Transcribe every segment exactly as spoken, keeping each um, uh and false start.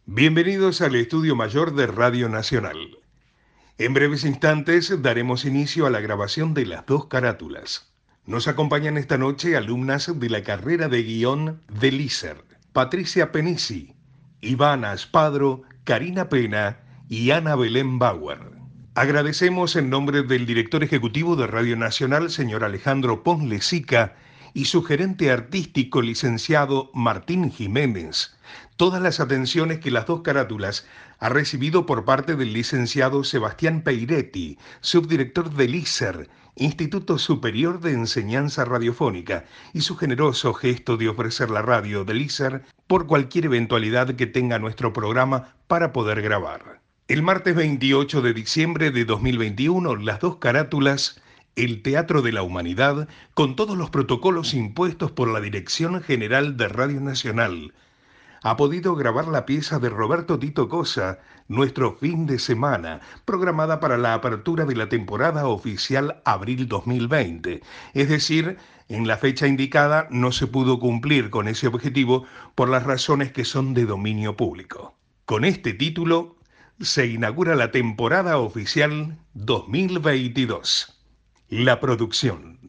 Bienvenidos al Estudio Mayor de Radio Nacional. En breves instantes daremos inicio a la grabación de las dos carátulas. Nos acompañan esta noche alumnas de la carrera de guión del I S E R, Patricia Penisi, Ivana Aspadro, Karina Pena y Ana Belén Bauer. Agradecemos en nombre del director ejecutivo de Radio Nacional, señor Alejandro Ponlecica, y su gerente artístico, licenciado Martín Jiménez, todas las atenciones que las dos carátulas ha recibido por parte del licenciado Sebastián Peiretti, subdirector del I S E R, Instituto Superior de Enseñanza Radiofónica, y su generoso gesto de ofrecer la radio del I S E R por cualquier eventualidad que tenga nuestro programa para poder grabar. El martes veintiocho de diciembre de dos mil veintiuno, las dos carátulas, el Teatro de la Humanidad, con todos los protocolos impuestos por la Dirección General de Radio Nacional, ha podido grabar la pieza de Roberto Tito Cosa, Nuestro fin de semana, programada para la apertura de la temporada oficial abril dos mil veinte. Es decir, en la fecha indicada no se pudo cumplir con ese objetivo por las razones que son de dominio público. Con este título se inaugura la temporada oficial dos mil veintidós. La producción.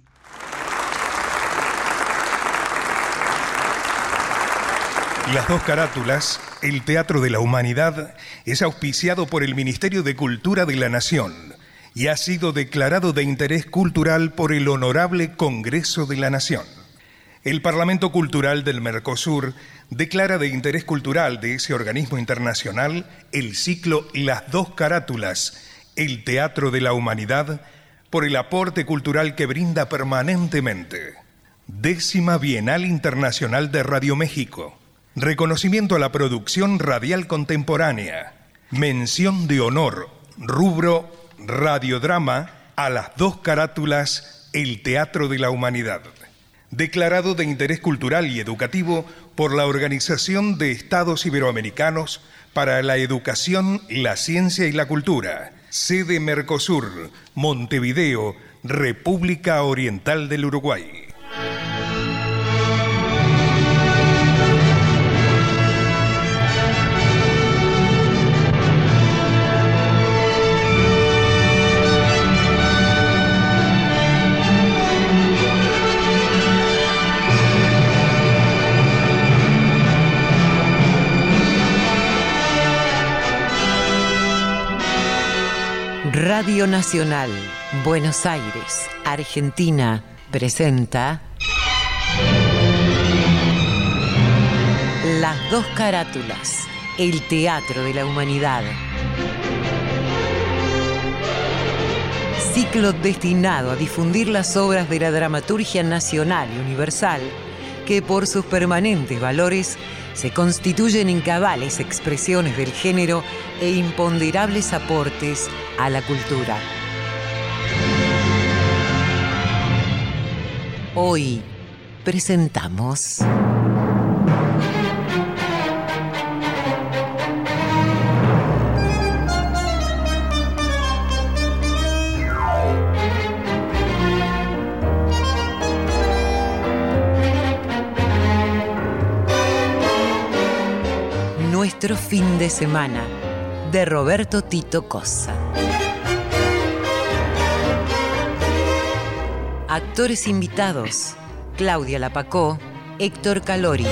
Las dos carátulas, el Teatro de la Humanidad, es auspiciado por el Ministerio de Cultura de la Nación y ha sido declarado de interés cultural por el Honorable Congreso de la Nación. El Parlamento Cultural del Mercosur declara de interés cultural de ese organismo internacional el ciclo Las dos carátulas, el Teatro de la Humanidad, por el aporte cultural que brinda permanentemente. Décima Bienal Internacional de Radio México. Reconocimiento a la producción radial contemporánea. Mención de honor, rubro radiodrama, a las dos carátulas, el Teatro de la Humanidad. Declarado de interés cultural y educativo por la Organización de Estados Iberoamericanos para la Educación, la Ciencia y la Cultura. Sede Mercosur, Montevideo, República Oriental del Uruguay. Radio Nacional, Buenos Aires, Argentina, presenta Las dos carátulas, el Teatro de la Humanidad. Ciclo destinado a difundir las obras de la dramaturgia nacional y universal que por sus permanentes valores se constituyen en cabales expresiones del género e imponderables aportes a la cultura. Hoy presentamos Nuestro fin de semana, de Roberto Tito Cosa. Actores invitados: Claudia Lapacó, Héctor Calori.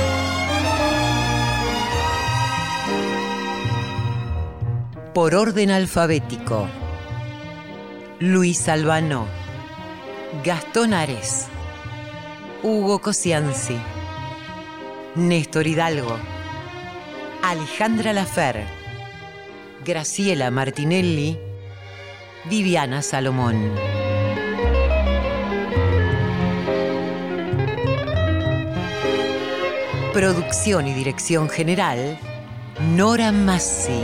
Por orden alfabético: Luis Albano, Gastón Ares, Hugo Cosianzi, Néstor Hidalgo, Alejandra Lafer, Graciela Martinelli, Viviana Salomón. Producción y dirección general, Nora Massi.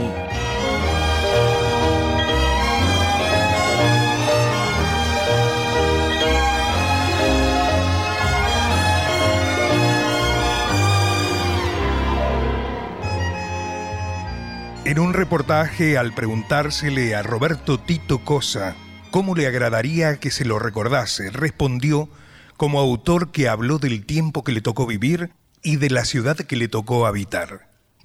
En un reportaje, al preguntársele a Roberto Tito Cosa cómo le agradaría que se lo recordase, respondió como autor que habló del tiempo que le tocó vivir y de la ciudad que le tocó habitar.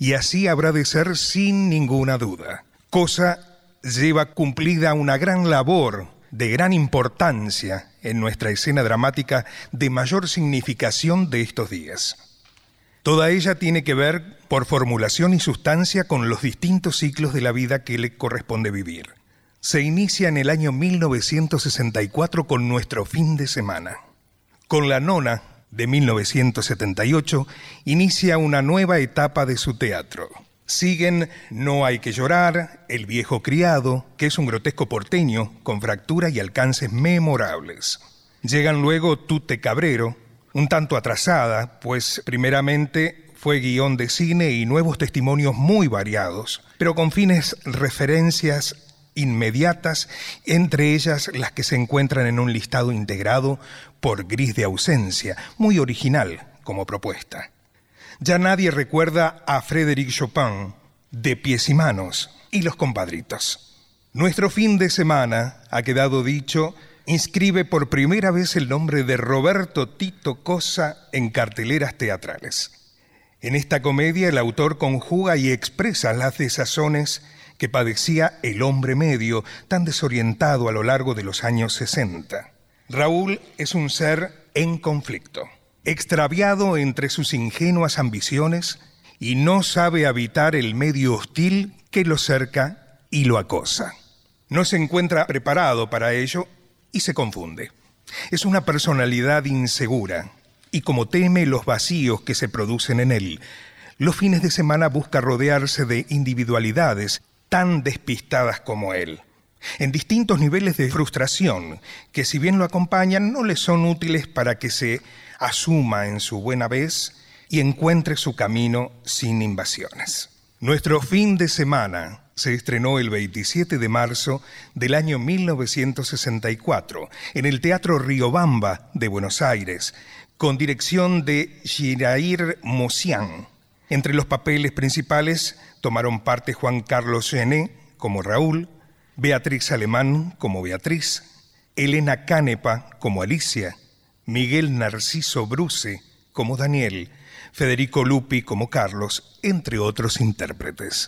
y así habrá de ser sin ninguna duda. Cosa lleva cumplida una gran labor de gran importancia en nuestra escena dramática de mayor significación de estos días. Toda ella tiene que ver, por formulación y sustancia, con los distintos ciclos de la vida que le corresponde vivir. Se inicia en el año mil novecientos sesenta y cuatro con nuestro fin de semana. Con La Nona, de mil novecientos setenta y ocho, inicia una nueva etapa de su teatro. Siguen No hay que llorar, El viejo criado, que es un grotesco porteño con fractura y alcances memorables. Llegan luego Tute Cabrero, un tanto atrasada, pues primeramente fue guión de cine y nuevos testimonios muy variados, pero con fines referencias inmediatas, entre ellas las que se encuentran en un listado integrado por Gris de ausencia, muy original como propuesta. Ya nadie recuerda a Frédéric Chopin, De pies y manos, y Los compadritos. Nuestro fin de semana, ha quedado dicho, inscribe por primera vez el nombre de Roberto Tito Cosa en carteleras teatrales. En esta comedia el autor conjuga y expresa las desazones que padecía el hombre medio, tan desorientado a lo largo de los años sesenta. Raúl es un ser en conflicto, extraviado entre sus ingenuas ambiciones y no sabe habitar el medio hostil que lo cerca y lo acosa. No se encuentra preparado para ello y se confunde. Es una personalidad insegura y como teme los vacíos que se producen en él, los fines de semana busca rodearse de individualidades tan despistadas como él, en distintos niveles de frustración que, si bien lo acompañan, no le son útiles para que se asuma en su buena vez y encuentre su camino sin invasiones. Nuestro fin de semana se estrenó el veintisiete de marzo del año mil novecientos sesenta y cuatro en el Teatro Riobamba de Buenos Aires, con dirección de Girair Mosián. Entre los papeles principales tomaron parte Juan Carlos Gené como Raúl, Beatriz Alemán como Beatriz, Elena Canepa como Alicia, Miguel Narciso Bruce como Daniel, Federico Lupi como Carlos, entre otros intérpretes.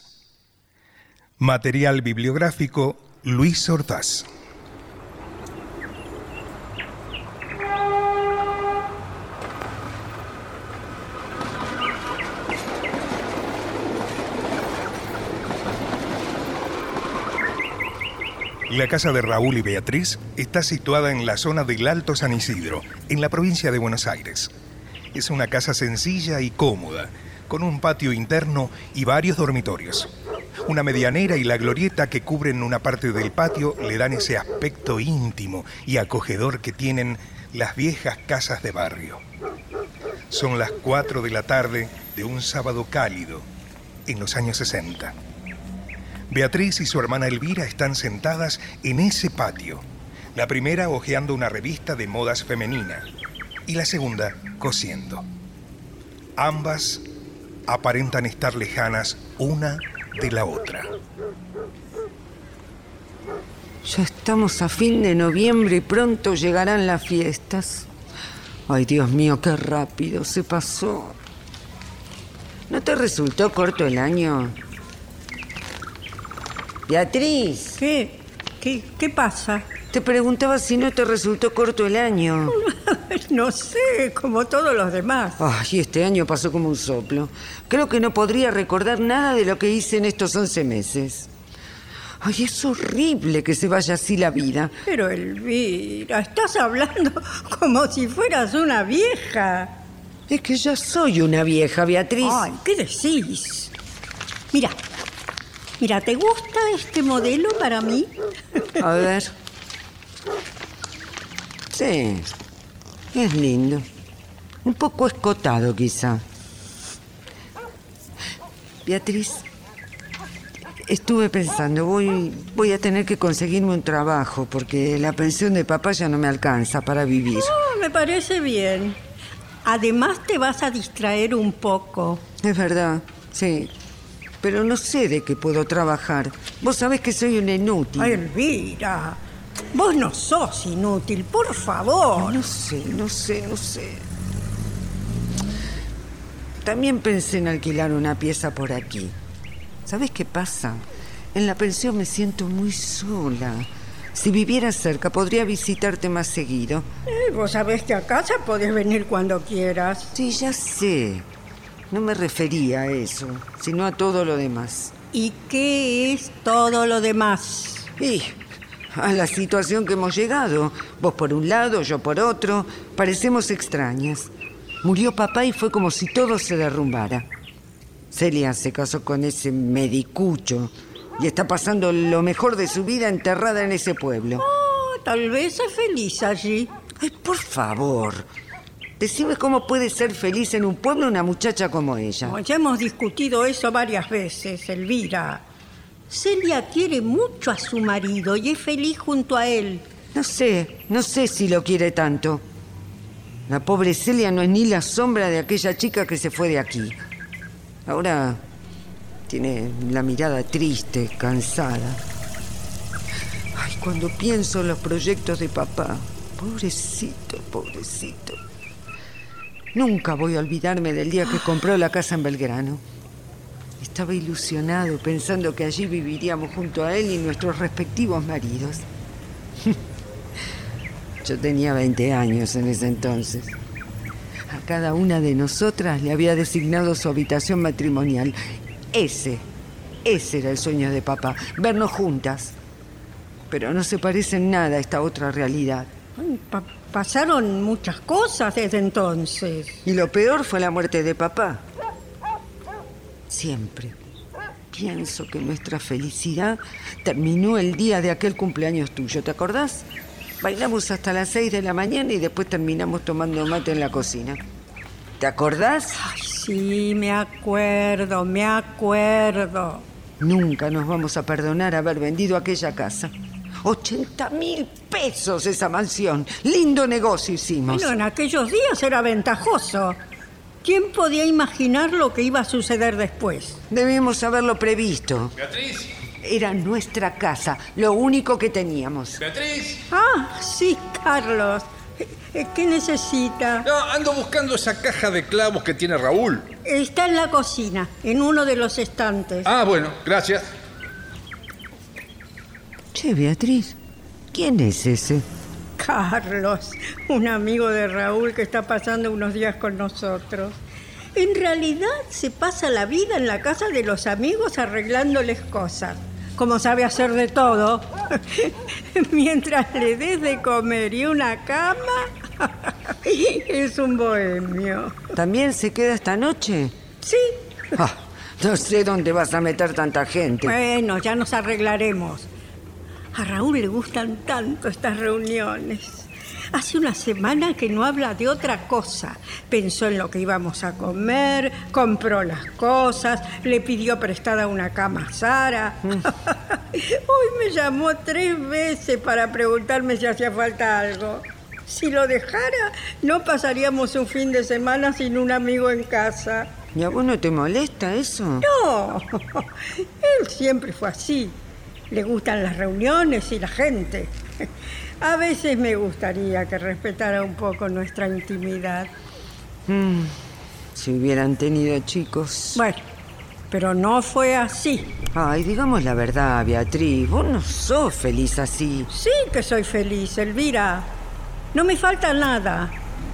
Material bibliográfico, Luis Ordaz. La casa de Raúl y Beatriz está situada en la zona del Alto San Isidro, en la provincia de Buenos Aires. Es una casa sencilla y cómoda, con un patio interno y varios dormitorios. Una medianera y la glorieta que cubren una parte del patio le dan ese aspecto íntimo y acogedor que tienen las viejas casas de barrio. Son las cuatro de la tarde de un sábado cálido, en los años sesenta. Beatriz y su hermana Elvira están sentadas en ese patio, la primera hojeando una revista de modas femenina y la segunda cosiendo. Ambas aparentan estar lejanas una de la otra. Ya estamos a fin de noviembre y pronto llegarán las fiestas. Ay, Dios mío, qué rápido se pasó. ¿No te resultó corto el año? Beatriz. ¿Qué? ¿Qué, qué pasa? Te preguntaba si no te resultó corto el año. No sé, como todos los demás. Ay, este año pasó como un soplo. Creo que no podría recordar nada de lo que hice en estos once meses. Ay, es horrible que se vaya así la vida. Pero Elvira, estás hablando como si fueras una vieja. Es que ya soy una vieja, Beatriz. Ay, ¿qué decís? Mira, mira, ¿te gusta este modelo para mí? A ver. Sí, es lindo. Un poco escotado, quizá. Beatriz, estuve pensando, voy, voy a tener que conseguirme un trabajo porque la pensión de papá ya no me alcanza para vivir. Oh, me parece bien. Además te vas a distraer un poco. Es verdad, sí. Pero no sé de qué puedo trabajar. Vos sabés que soy una inútil. Ay, Elvira, vos no sos inútil, por favor. No sé, no sé, no sé. También pensé en alquilar una pieza por aquí. ¿Sabes qué pasa? En la pensión me siento muy sola. Si vivieras cerca, podría visitarte más seguido. Eh, vos sabés que a casa podés venir cuando quieras. Sí, ya sé. No me refería a eso, sino a todo lo demás. ¿Y qué es todo lo demás? Y a la situación que hemos llegado. Vos por un lado, yo por otro. Parecemos extrañas. Murió papá y fue como si todo se derrumbara. Celia se casó con ese medicucho y está pasando lo mejor de su vida enterrada en ese pueblo. Oh, tal vez es feliz allí. Ay, por favor. Decime cómo puede ser feliz en un pueblo una muchacha como ella. Oh, ya hemos discutido eso varias veces, Elvira. Celia quiere mucho a su marido y es feliz junto a él. No sé, no sé si lo quiere tanto. La pobre Celia no es ni la sombra de aquella chica que se fue de aquí. Ahora tiene la mirada triste, cansada. Ay, cuando pienso en los proyectos de papá, pobrecito, pobrecito. Nunca voy a olvidarme del día que compró la casa en Belgrano. Estaba ilusionado pensando que allí viviríamos junto a él y nuestros respectivos maridos. Yo tenía veinte años en ese entonces. A cada una de nosotras le había designado su habitación matrimonial. Ese, ese era el sueño de papá, vernos juntas. Pero no se parece en nada a esta otra realidad. Pa- pasaron muchas cosas desde entonces. Y lo peor fue la muerte de papá. Siempre pienso que nuestra felicidad terminó el día de aquel cumpleaños tuyo, ¿te acordás? Bailamos hasta las seis de la mañana y después terminamos tomando mate en la cocina. ¿Te acordás? Ay, sí, me acuerdo, me acuerdo. Nunca nos vamos a perdonar haber vendido aquella casa. ¡Ochenta mil pesos esa mansión! ¡Lindo negocio hicimos! Bueno, en aquellos días era ventajoso. ¿Quién podía imaginar lo que iba a suceder después? Debimos haberlo previsto. Beatriz, Era nuestra casa, lo único que teníamos. Beatriz. Ah, sí, Carlos. Eh, ¿Qué necesita? No, ando buscando esa caja de clavos que tiene Raúl. Está en la cocina, en uno de los estantes. Ah, bueno, gracias. Che, Beatriz, ¿quién es ese? Carlos, un amigo de Raúl que está pasando unos días con nosotros. En realidad se pasa la vida en la casa de los amigos arreglándoles cosas. Como sabe hacer de todo, mientras le des de comer y una cama, es un bohemio. ¿También se queda esta noche? Sí. Ah, no sé dónde vas a meter tanta gente. Bueno, ya nos arreglaremos. A Raúl le gustan tanto estas reuniones. Hace una semana que no habla de otra cosa. Pensó en lo que íbamos a comer, compró las cosas, le pidió prestada una cama a Sara. Mm. Hoy me llamó tres veces para preguntarme si hacía falta algo. Si lo dejara, no pasaríamos un fin de semana sin un amigo en casa. ¿Y a vos no te molesta eso? No, él siempre fue así. Le gustan las reuniones y la gente. A veces me gustaría que respetara un poco nuestra intimidad. Mm, si hubieran tenido chicos. Bueno, pero no fue así. Ay, digamos la verdad, Beatriz. Vos no sos feliz así. Sí que soy feliz, Elvira. No me falta nada.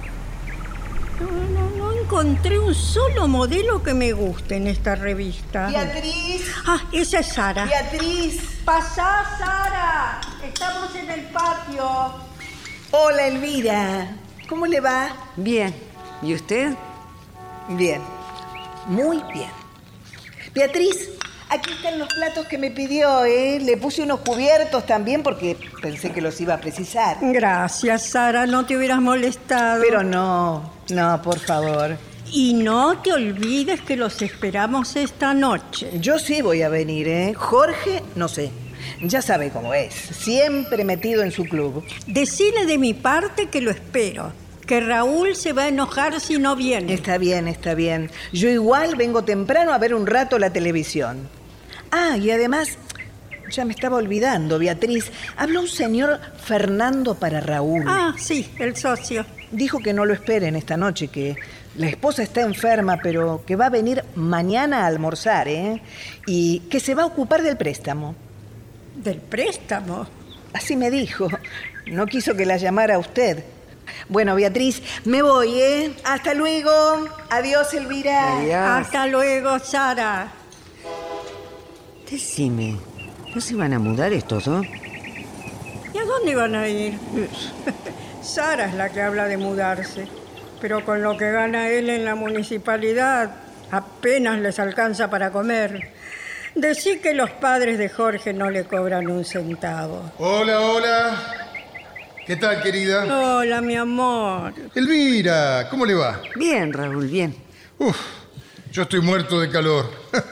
No, no, no encontré un solo modelo que me guste en esta revista. Beatriz. Ah, esa es Sara. Beatriz. Pasá, Sara. Estamos en el patio. Hola, Elvira. ¿Cómo le va? Bien. ¿Y usted? Bien. Muy bien. Beatriz, aquí están los platos que me pidió, ¿eh? Le puse unos cubiertos también porque pensé que los iba a precisar. Gracias, Sara. No te hubieras molestado. Pero no, no, por favor. Y no te olvides que los esperamos esta noche. Yo sí voy a venir, ¿eh? Jorge, no sé. Ya sabe cómo es. Siempre metido en su club. Decile de mi parte que lo espero. Que Raúl se va a enojar si no viene. Está bien, está bien. Yo igual vengo temprano a ver un rato la televisión. Ah, y además, ya me estaba olvidando, Beatriz. Habló un señor Fernando para Raúl. Ah, sí, el socio. Dijo que no lo esperen esta noche, que la esposa está enferma, pero que va a venir mañana a almorzar, ¿eh? Y que se va a ocupar del préstamo. ¿Del préstamo? Así me dijo. No quiso que la llamara a usted. Bueno, Beatriz, me voy, ¿eh? Hasta luego. Adiós, Elvira. Adiós. Hasta luego, Sara. Decime, ¿no se van a mudar estos dos? ¿Y a dónde van a ir? Sara es la que habla de mudarse, pero con lo que gana él en la municipalidad apenas les alcanza para comer. Decí que los padres de Jorge no le cobran un centavo. Hola, hola. ¿Qué tal, querida? Hola, mi amor. Elvira, ¿cómo le va? Bien, Raúl, bien. Uf, yo estoy muerto de calor.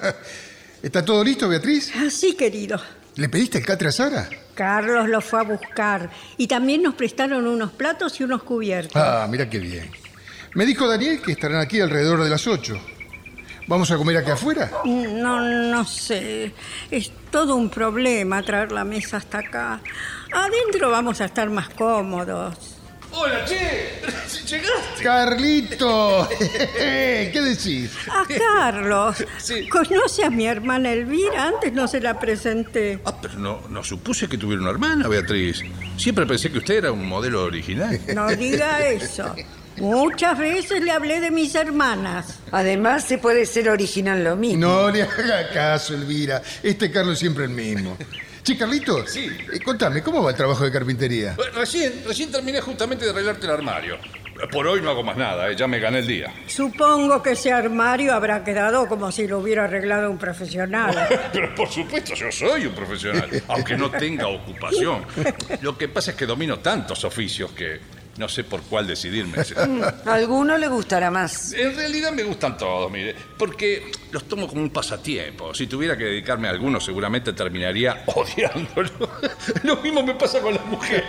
¿Está todo listo, Beatriz? Así, querido. ¿Le pediste el catre a Sara? Carlos lo fue a buscar y también nos prestaron unos platos y unos cubiertos. Ah, mira qué bien. Me dijo Daniel que estarán aquí alrededor de las ocho. ¿Vamos a comer aquí afuera? No, no sé. Es todo un problema traer la mesa hasta acá. Adentro vamos a estar más cómodos. ¡Hola, che! ¿Llegaste? ¡Carlito! ¿Qué decís? A Carlos. Sí. ¿Conoce a mi hermana Elvira? Antes no se la presenté. Ah, pero no, no supuse que tuviera una hermana, Beatriz. Siempre pensé que usted era un modelo original. No diga eso. Muchas veces le hablé de mis hermanas. Además, se puede ser original lo mismo. No le haga caso, Elvira. Este Carlos es siempre el mismo. Che, Carlito, Sí. eh, contame, ¿cómo va el trabajo de carpintería? Recién, recién terminé justamente de arreglarte el armario. Por hoy no hago más nada, ¿eh? Ya me gané el día. Supongo que ese armario habrá quedado como si lo hubiera arreglado un profesional. Pero por supuesto, yo soy un profesional, aunque no tenga ocupación. Lo que pasa es que domino tantos oficios que no sé por cuál decidirme. A alguno le gustará más. En realidad me gustan todos, mire, porque los tomo como un pasatiempo. Si tuviera que dedicarme a alguno, seguramente terminaría odiándolo. Lo mismo me pasa con las mujeres.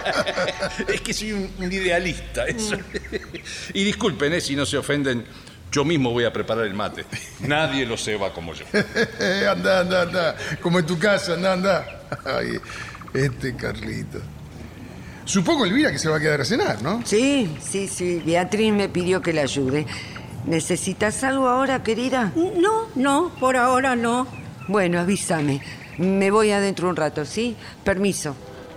Es que soy un, un idealista, eso. Y disculpen, eh, si no se ofenden, yo mismo voy a preparar el mate. Nadie lo ceba como yo. anda, anda, anda. Como en tu casa, anda, anda. Ay, este Carlito. Supongo, Elvira, que se va a quedar a cenar, ¿no? Sí, sí, sí. Beatriz me pidió que la ayude. ¿Necesitas algo ahora, querida? No, no, por ahora no. Bueno, avísame. Me voy adentro un rato, ¿sí? Permiso.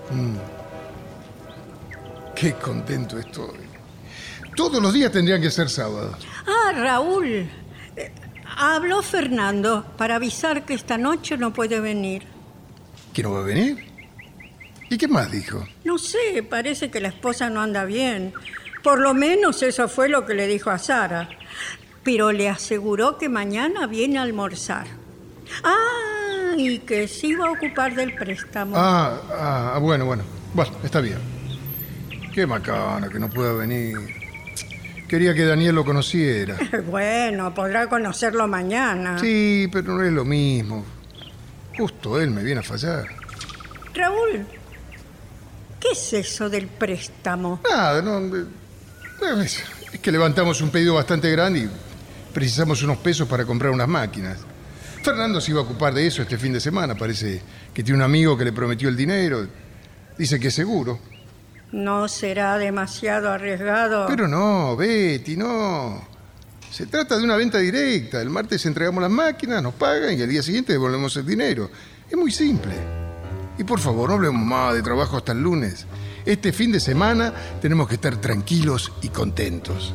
Qué contento estoy. Todos los días tendrían que ser sábados. Ah, Raúl. eh, Habló Fernando para avisar que esta noche no puede venir. ¿Que no va a venir? ¿Y qué más dijo? No sé, parece que la esposa no anda bien. Por lo menos eso fue lo que le dijo a Sara. Pero le aseguró que mañana viene a almorzar. Ah, y que se iba a ocupar del préstamo. Ah, ah, bueno, bueno. Bueno, está bien. Qué macana que no pueda venir. Quería que Daniel lo conociera. Bueno, podrá conocerlo mañana. Sí, pero no es lo mismo. Justo él me viene a fallar. Raúl, ¿qué es eso del préstamo? Nada, no... eh, Es es que levantamos un pedido bastante grande y precisamos unos pesos para comprar unas máquinas. Fernando se iba a ocupar de eso este fin de semana. Parece que tiene un amigo que le prometió el dinero. Dice que es seguro. ¿No será demasiado arriesgado? Pero no, Betty, no. Se trata de una venta directa. El martes entregamos las máquinas, nos pagan y al día siguiente devolvemos el dinero. Es muy simple. Y por favor, no hablemos más de trabajo hasta el lunes. Este fin de semana tenemos que estar tranquilos y contentos.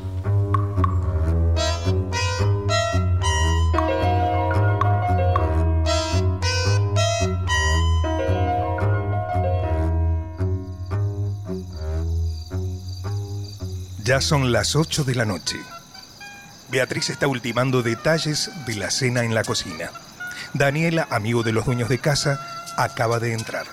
Ya son las ocho de la noche. Beatriz está ultimando detalles de la cena en la cocina. Daniela, amigo de los dueños de casa, acaba de entrar.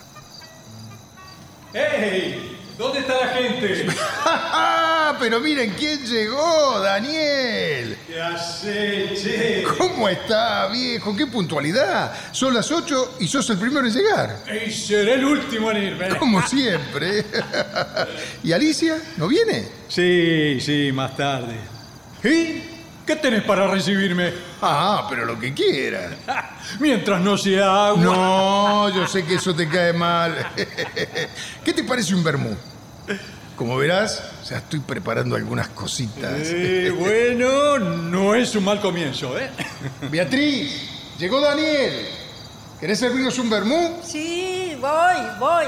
¡Hey! ¿Dónde está la gente? Pero miren quién llegó, Daniel. ¿Qué hace, che? ¿Cómo está, viejo? ¡Qué puntualidad! Son las ocho y sos el primero en llegar. Y seré el último en irme. Como siempre. ¿Y Alicia? ¿No viene? Sí, sí, más tarde. ¿Y? ¿Qué tenés para recibirme? Ah, pero lo que quiera. Mientras no sea agua. No, yo sé que eso te cae mal. ¿Qué te parece un vermú? Como verás, ya estoy preparando algunas cositas. Eh, bueno, no es un mal comienzo, ¿eh? Beatriz, llegó Daniel. ¿Querés servirnos un vermú? Sí, voy, voy.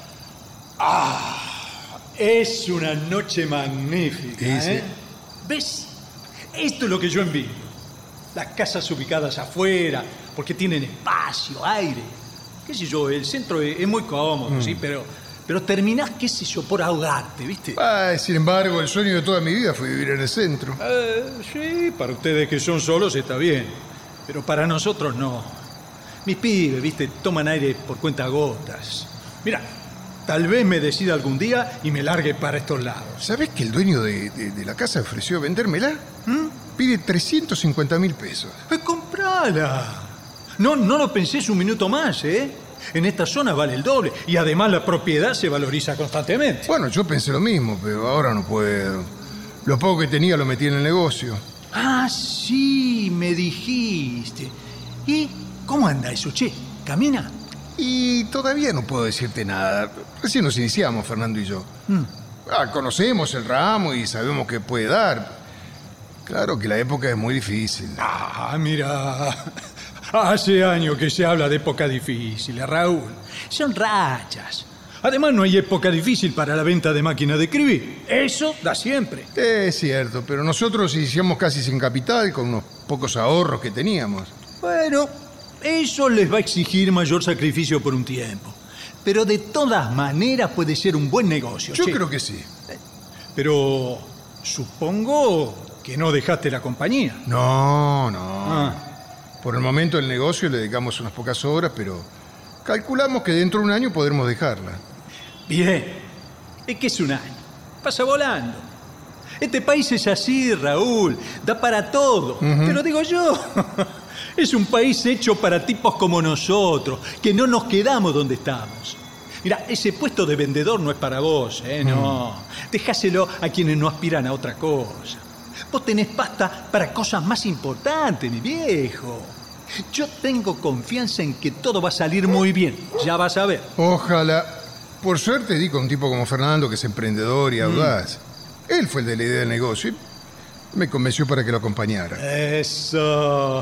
Es una noche magnífica, Sí, sí. ¿eh? ¿Ves? Esto es lo que yo envidio. Las casas ubicadas afuera, porque tienen espacio, aire. Qué sé yo, el centro es, es muy cómodo, sí, pero, pero terminás, qué sé yo, por ahogarte, ¿viste? Ah, sin embargo, el sueño de toda mi vida fue vivir en el centro. Eh, sí, para ustedes que son solos está bien, pero para nosotros no. Mis pibes, ¿viste? Toman aire por cuentagotas. Mira, tal vez me decida algún día y me largue para estos lados. ¿Sabés que el dueño de, de- de la casa ofreció vendérmela? ¿Mm? Pide trescientos cincuenta mil pesos. Pues comprala. No, no lo pensés un minuto más, ¿eh? En esta zona vale el doble y además la propiedad se valoriza constantemente. Bueno, yo pensé lo mismo, pero ahora no puedo. Lo poco que tenía lo metí en el negocio. Ah, sí, me dijiste. ¿Y cómo anda eso, che? ¿Camina? Y todavía no puedo decirte nada. Recién nos iniciamos, Fernando y yo. Mm. Ah, conocemos el ramo y sabemos qué puede dar. Claro que la época es muy difícil. Ah, mira. Hace años que se habla de época difícil, Raúl. Son rachas. Además, no hay época difícil para la venta de máquinas de escribir. Eso da siempre. Es cierto, pero nosotros iniciamos casi sin capital, con unos pocos ahorros que teníamos. Bueno, eso les va a exigir mayor sacrificio por un tiempo. Pero de todas maneras puede ser un buen negocio. Yo che. creo que sí. Pero supongo que no dejaste la compañía. No, no. Ah, Por el momento el negocio le dedicamos unas pocas horas, pero calculamos que dentro de un año podremos dejarla. bien. Es que es un año. Pasa volando. Este país es así, Raúl. Da para todo. Te lo digo yo. Es un país hecho para tipos como nosotros, que no nos quedamos donde estamos. Mira, ese puesto de vendedor no es para vos, ¿eh? No. Dejáselo a quienes no aspiran a otra cosa. Vos tenés pasta para cosas más importantes, mi viejo. Yo tengo confianza en que todo va a salir muy bien. Ya vas a ver. Ojalá. Por suerte di con un tipo como Fernando, que es emprendedor y audaz. Él fue el de la idea del negocio y me convenció para que lo acompañara. Eso.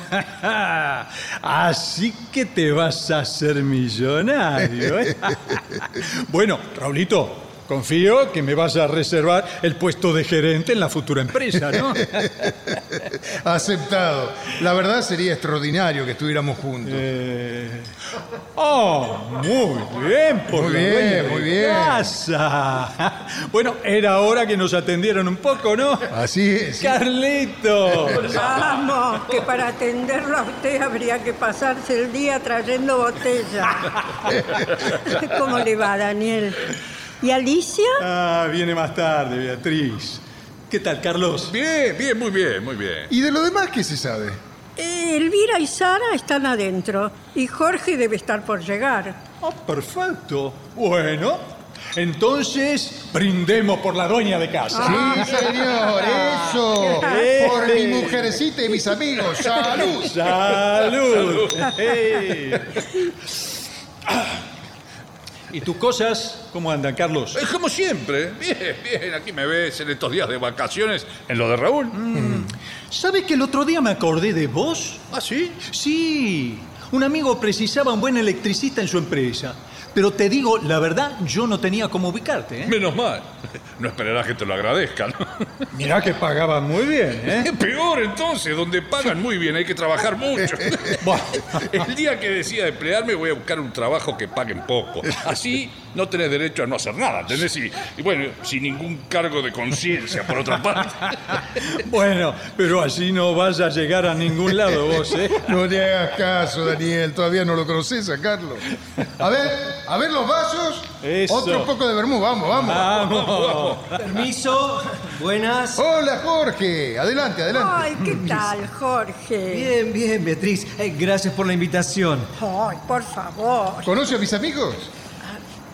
Así que te vas a hacer millonario, ¿eh? Bueno, Raulito, confío que me vas a reservar el puesto de gerente en la futura empresa, ¿no? Aceptado. La verdad sería extraordinario que estuviéramos juntos. Eh... Oh, muy bien, por Muy la bien, dueña de muy bien. casa. Bueno, era hora que nos atendieran un poco, ¿no? Así es. Carlito. Vamos, que para atenderlo a usted habría que pasarse el día trayendo botellas. ¿Cómo le va, Daniel? ¿Y Alicia? Ah, viene más tarde, Beatriz. ¿Qué tal, Carlos? Bien, bien, muy bien, muy bien. ¿Y de lo demás qué se sabe? Eh, Elvira y Sara están adentro y Jorge debe estar por llegar. Ah, perfecto. Bueno, entonces brindemos por la dueña de casa. Sí, señor, eso. Por mi mujercita y mis amigos. ¡Salud! ¡Salud! Hey. ¿Y tus cosas cómo andan, Carlos? Es como siempre. Bien, bien. Aquí me ves en estos días de vacaciones en lo de Raúl. ¿Sabes que el otro día me acordé de vos? ¿Ah, sí? Sí, un amigo precisaba un buen electricista en su empresa. Pero te digo, la verdad, yo no tenía cómo ubicarte, ¿eh? Menos mal. No esperarás que te lo agradezcan. Mirá que pagaban muy bien, ¿eh? Es peor entonces, donde pagan muy bien, hay que trabajar mucho. Buah. El día que decida emplearme voy a buscar un trabajo que paguen poco. Así no tenés derecho a no hacer nada, ¿entendés? Y, y bueno, sin ningún cargo de conciencia, por otra parte. Bueno, pero así no vas a llegar a ningún lado vos, ¿eh? No te hagas caso, Daniel. Todavía no lo conoces a Carlos. A ver, a ver los vasos. Eso. Otro poco de vermú. Vamos, vamos. Vamos. Permiso, buenas. Hola, Jorge. Adelante, adelante. Ay, ¿qué tal, Jorge? Bien, bien, Beatriz. Eh, gracias por la invitación. Ay, por favor. ¿Conoce a mis amigos?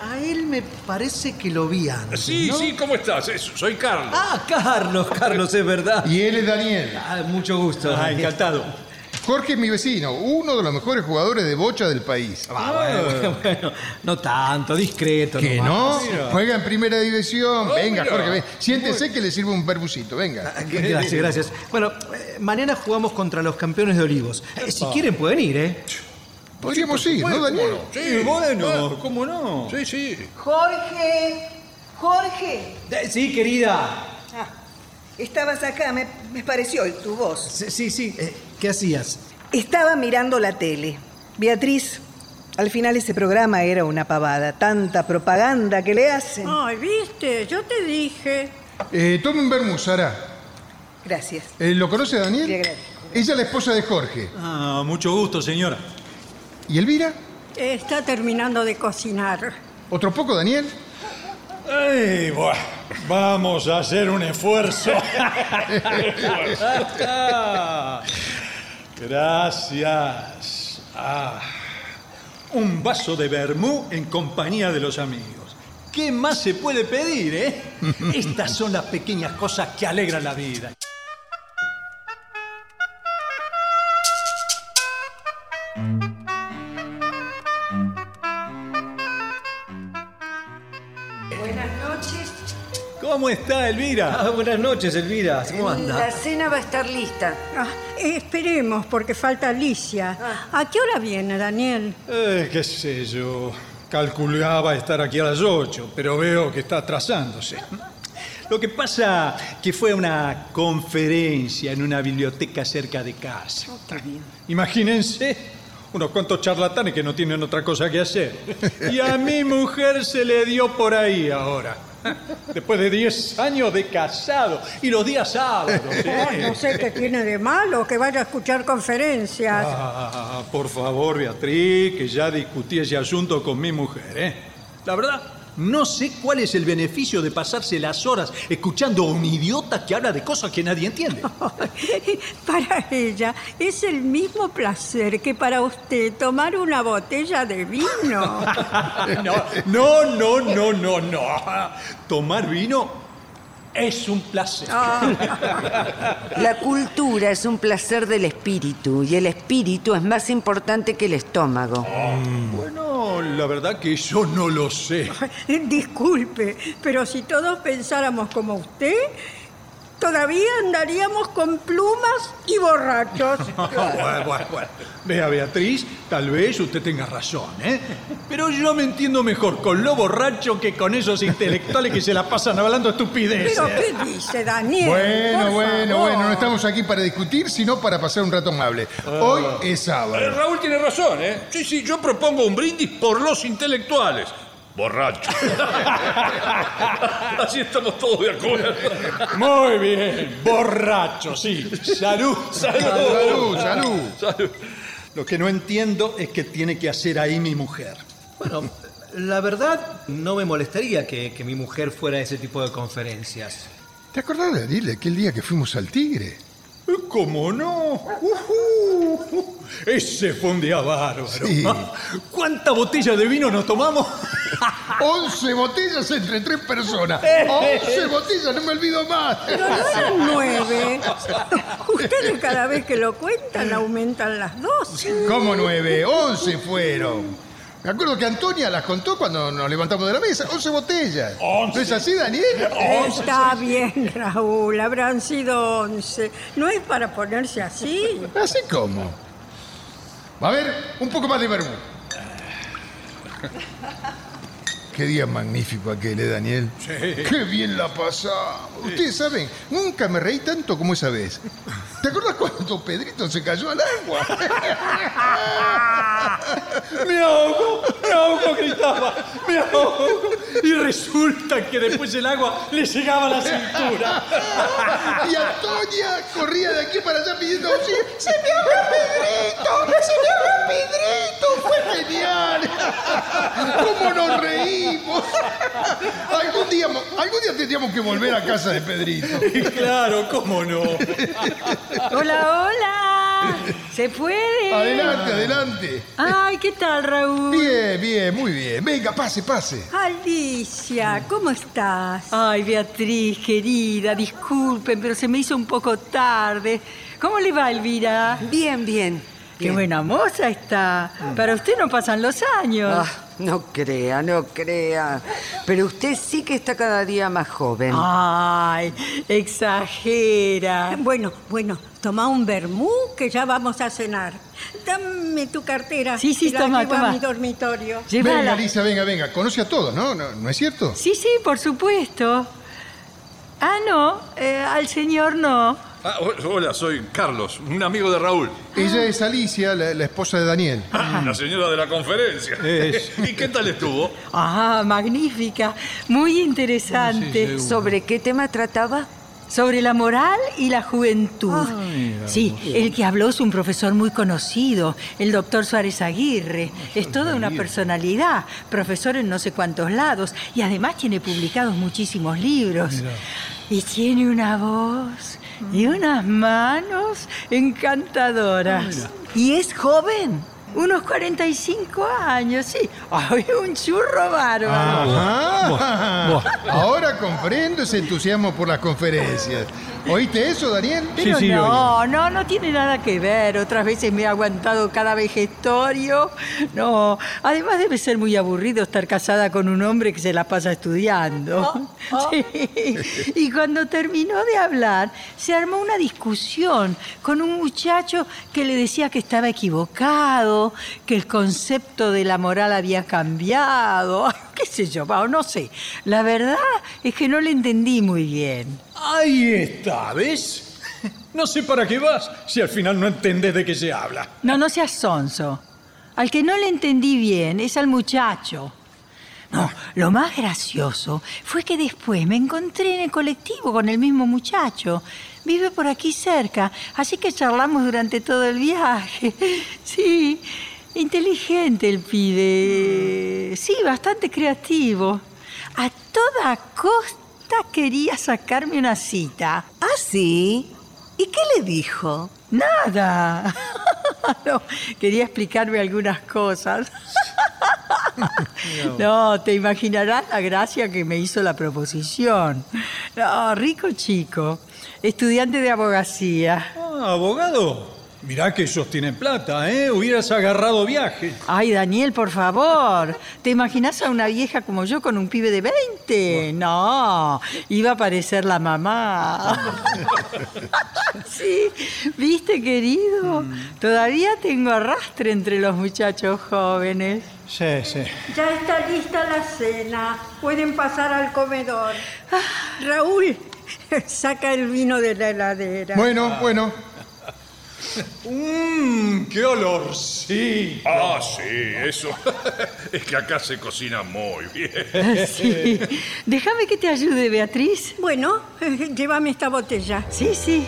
a él me parece que lo vi antes, Sí, ¿no? sí, ¿cómo estás? Eh, Soy Carlos. Ah, Carlos, Carlos, es verdad. Y él es Daniel. Ah, mucho gusto. Ah, encantado. Jorge es mi vecino, uno de los mejores jugadores de bocha del país. Ah, bueno, bueno, no tanto, discreto. ¿Que nomás. no? Juega en primera división. Oh, Venga, mira. Jorge, ven. Siéntese que le sirve un verbucito, venga. Ah, Gracias, gracias. Bueno, eh, mañana jugamos contra los campeones de Olivos. Eh, si quieren pueden ir, ¿eh? Podríamos ir, ¿no, Daniel? Sí, bueno, ¿cómo no? Sí, sí. Jorge, Jorge. Eh, Sí, querida. Ah, estabas acá, me, me pareció tu voz. Sí, sí. sí. Eh, ¿Qué hacías? Estaba mirando la tele. Beatriz, al final ese programa era una pavada. Tanta propaganda que le hacen. Ay, viste, yo te dije. Eh, tome un vermú, Sara. Gracias. Eh, ¿Lo conoce, Daniel? Le agradezco. Ella es la esposa de Jorge. Ah, mucho gusto, señora. ¿Y Elvira? Está terminando de cocinar. ¿Otro poco, Daniel? Ay, bueno, vamos a hacer un esfuerzo. Gracias. Ah, un vaso de vermú en compañía de los amigos. ¿Qué más se puede pedir, eh? Estas son las pequeñas cosas que alegran la vida. Buenas noches. ¿Cómo está, Elvira? Ah, buenas noches, Elvira. ¿Cómo La anda? cena va a estar lista. Ah, esperemos, porque falta Alicia. ¿A qué hora viene, Daniel? Eh, qué sé yo. Calculaba estar aquí a las ocho, pero veo que está atrasándose. Lo que pasa que fue a una conferencia en una biblioteca cerca de casa. Imagínense unos cuantos charlatanes que no tienen otra cosa que hacer. Y a mi mujer se le dio por ahí ahora. Después de diez años de casado y los días sábados. ¿eh? Ay, no sé qué tiene de malo que vaya a escuchar conferencias. Ah, por favor, Beatriz, que ya discutí ese asunto con mi mujer, ¿eh? La verdad, no sé cuál es el beneficio de pasarse las horas escuchando a un idiota que habla de cosas que nadie entiende. Para ella es el mismo placer que para usted tomar una botella de vino. No, no, no, no, no, no. Tomar vino es un placer. La cultura es un placer del espíritu y el espíritu es más importante que el estómago. Bueno, la verdad que yo no lo sé. Disculpe, pero si todos pensáramos como usted, todavía andaríamos con plumas y borrachos. Bueno, bueno, bueno. Vea, Beatriz, tal vez usted tenga razón, ¿eh? Pero yo me entiendo mejor con lo borracho que con esos intelectuales que se la pasan hablando estupideces. ¿Pero qué dice, Daniel? Bueno, Por bueno, favor. bueno, no estamos aquí para discutir, sino para pasar un rato amable. Hoy es Eh, sábado. Raúl tiene razón, ¿eh? Sí, sí, yo propongo un brindis por los intelectuales. Borracho. Así estamos todos de acuerdo. Muy bien, borracho, sí. Salud. Salud, salud. Salud. Lo que no entiendo es qué tiene que hacer ahí mi mujer. Bueno, la verdad, no me molestaría que, que mi mujer fuera a ese tipo de conferencias. ¿Te acordás, Daniel, de aquel día que fuimos al Tigre? ¿Cómo no? Ujú. Ese fue un día bárbaro. Sí. ¿Cuántas botellas de vino nos tomamos? Once botellas entre tres personas. Once botellas, no me olvido más. Pero no eran nueve. Ustedes cada vez que lo cuentan aumentan las dosis. ¿Cómo nueve? Once fueron. Me acuerdo que Antonia las contó cuando nos levantamos de la mesa. Once botellas. ¿No es así, Daniel? Está bien, Raúl, habrán sido once. No es para ponerse así. ¿Así cómo? Va a haber un poco más de vermú. Qué día magnífico aquel, ¿eh, Daniel? Sí. Qué bien la pasamos. Ustedes saben, nunca me reí tanto como esa vez. ¿Te acuerdas cuando Pedrito se cayó al agua? ¡Me ahogo! ¡Me ahogo! Gritaba. ¡Me ahogo! Y resulta que después el agua le llegaba a la cintura. Y Antonia corría de aquí para allá pidiendo auxilio. ¡Se me ahoga Pedrito! ¡Se me ahoga Pedrito! ¡Fue genial! ¿Cómo nos reímos? Algún día, algún día tendríamos que volver a casa de Pedrito. Claro, cómo no. Hola, hola. Hola, ¿se puede? Adelante, adelante. Ay, ¿qué tal, Raúl? Bien, bien, muy bien. Venga, pase, pase. Alicia, ¿cómo estás? Ay, Beatriz, querida, disculpen, pero se me hizo un poco tarde. ¿Cómo le va, Elvira? Bien, bien. Qué bien. buena moza está. Para usted no pasan los años. Ah, no crea, no crea. Pero usted sí que está cada día más joven. Ay, exagera. Bueno, bueno, toma un vermú que ya vamos a cenar. Dame tu cartera. Sí, sí, que la toma, llevo toma. a mi dormitorio. Venga, Llévala. Alicia, venga, venga. Conoce a todos, ¿no? ¿No, ¿no es cierto? Sí, sí, por supuesto. Ah, no, eh, al señor no. Ah, hola, soy Carlos, un amigo de Raúl. Ella es Alicia, la, la esposa de Daniel. Ah, la señora de la conferencia. Es. ¿Y qué tal estuvo? Ah, magnífica, muy interesante. ¿Sobre qué tema trataba? Sobre la moral y la juventud. Sí, el que habló es un profesor muy conocido, el doctor Suárez Aguirre. Es toda una personalidad, profesor en no sé cuántos lados, y además tiene publicados muchísimos libros. Y tiene una voz y unas manos encantadoras. ¿Y es joven? Unos cuarenta y cinco años, sí. ¡Ay, un churro bárbaro! Ajá. Ahora comprendo ese entusiasmo por las conferencias. ¿Oíste eso, Daniel? Pero sí, no, no, no tiene nada que ver. Otras veces me he aguantado cada vejestorio. No, además debe ser muy aburrido estar casada con un hombre que se la pasa estudiando. Sí. Y cuando terminó de hablar, se armó una discusión con un muchacho que le decía que estaba equivocado, que el concepto de la moral había cambiado. Ay, qué sé yo, Pau, no sé. La verdad es que no le entendí muy bien. Ahí está, ¿ves? No sé para qué vas si al final no entendés de qué se habla. No, no seas sonso. Al que no le entendí bien es al muchacho. No, lo más gracioso fue que después me encontré en el colectivo con el mismo muchacho. Vive por aquí cerca, así que charlamos durante todo el viaje. Sí, inteligente el pibe. Sí, bastante creativo. A toda costa quería sacarme una cita. ¿Ah, sí? ¿Y qué le dijo? Nada. No, quería explicarme algunas cosas. No, te imaginarás la gracia que me hizo la proposición. No, rico chico, estudiante de abogacía. Ah, abogado. Mirá que ellos tienen plata, ¿eh? Hubieras agarrado viaje. Ay, Daniel, por favor. ¿Te imaginás a una vieja como yo con un pibe de veinte? No, iba a parecer la mamá. Sí, ¿viste, querido? Todavía tengo arrastre entre los muchachos jóvenes. Sí, sí. Ya está lista la cena. Pueden pasar al comedor. Raúl, saca el vino de la heladera. Bueno, bueno. Mmm, qué olor, sí. Ah, sí, eso. Es que acá se cocina muy bien. Sí. Déjame que te ayude, Beatriz. Bueno, eh, llévame esta botella. Sí, sí.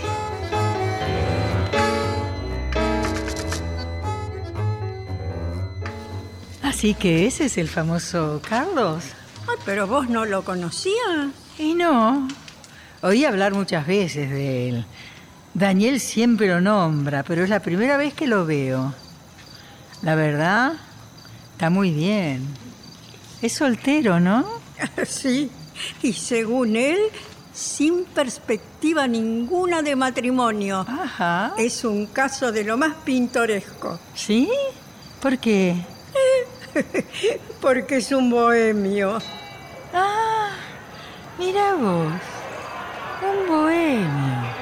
Así que ese es el famoso Carlos. Ay, pero vos no lo conocías. Y no. Oí hablar muchas veces de él. Daniel siempre lo nombra, pero es la primera vez que lo veo. La verdad, está muy bien. Es soltero, ¿no? Sí, y según él, sin perspectiva ninguna de matrimonio. Ajá. Es un caso de lo más pintoresco. ¿Sí? ¿Por qué? Porque es un bohemio. Ah, mira vos. Un bohemio.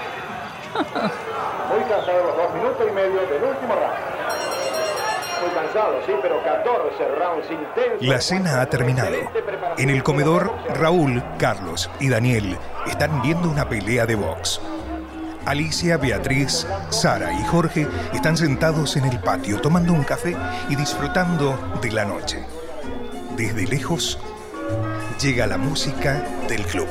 Muy cansado los dos minutos y medio del último round. Muy cansado, sí, pero catorce rounds intensos. La cena ha terminado. En el comedor, Raúl, Carlos y Daniel están viendo una pelea de box. Alicia, Beatriz, Sara y Jorge están sentados en el patio tomando un café y disfrutando de la noche. Desde lejos, llega la música del club.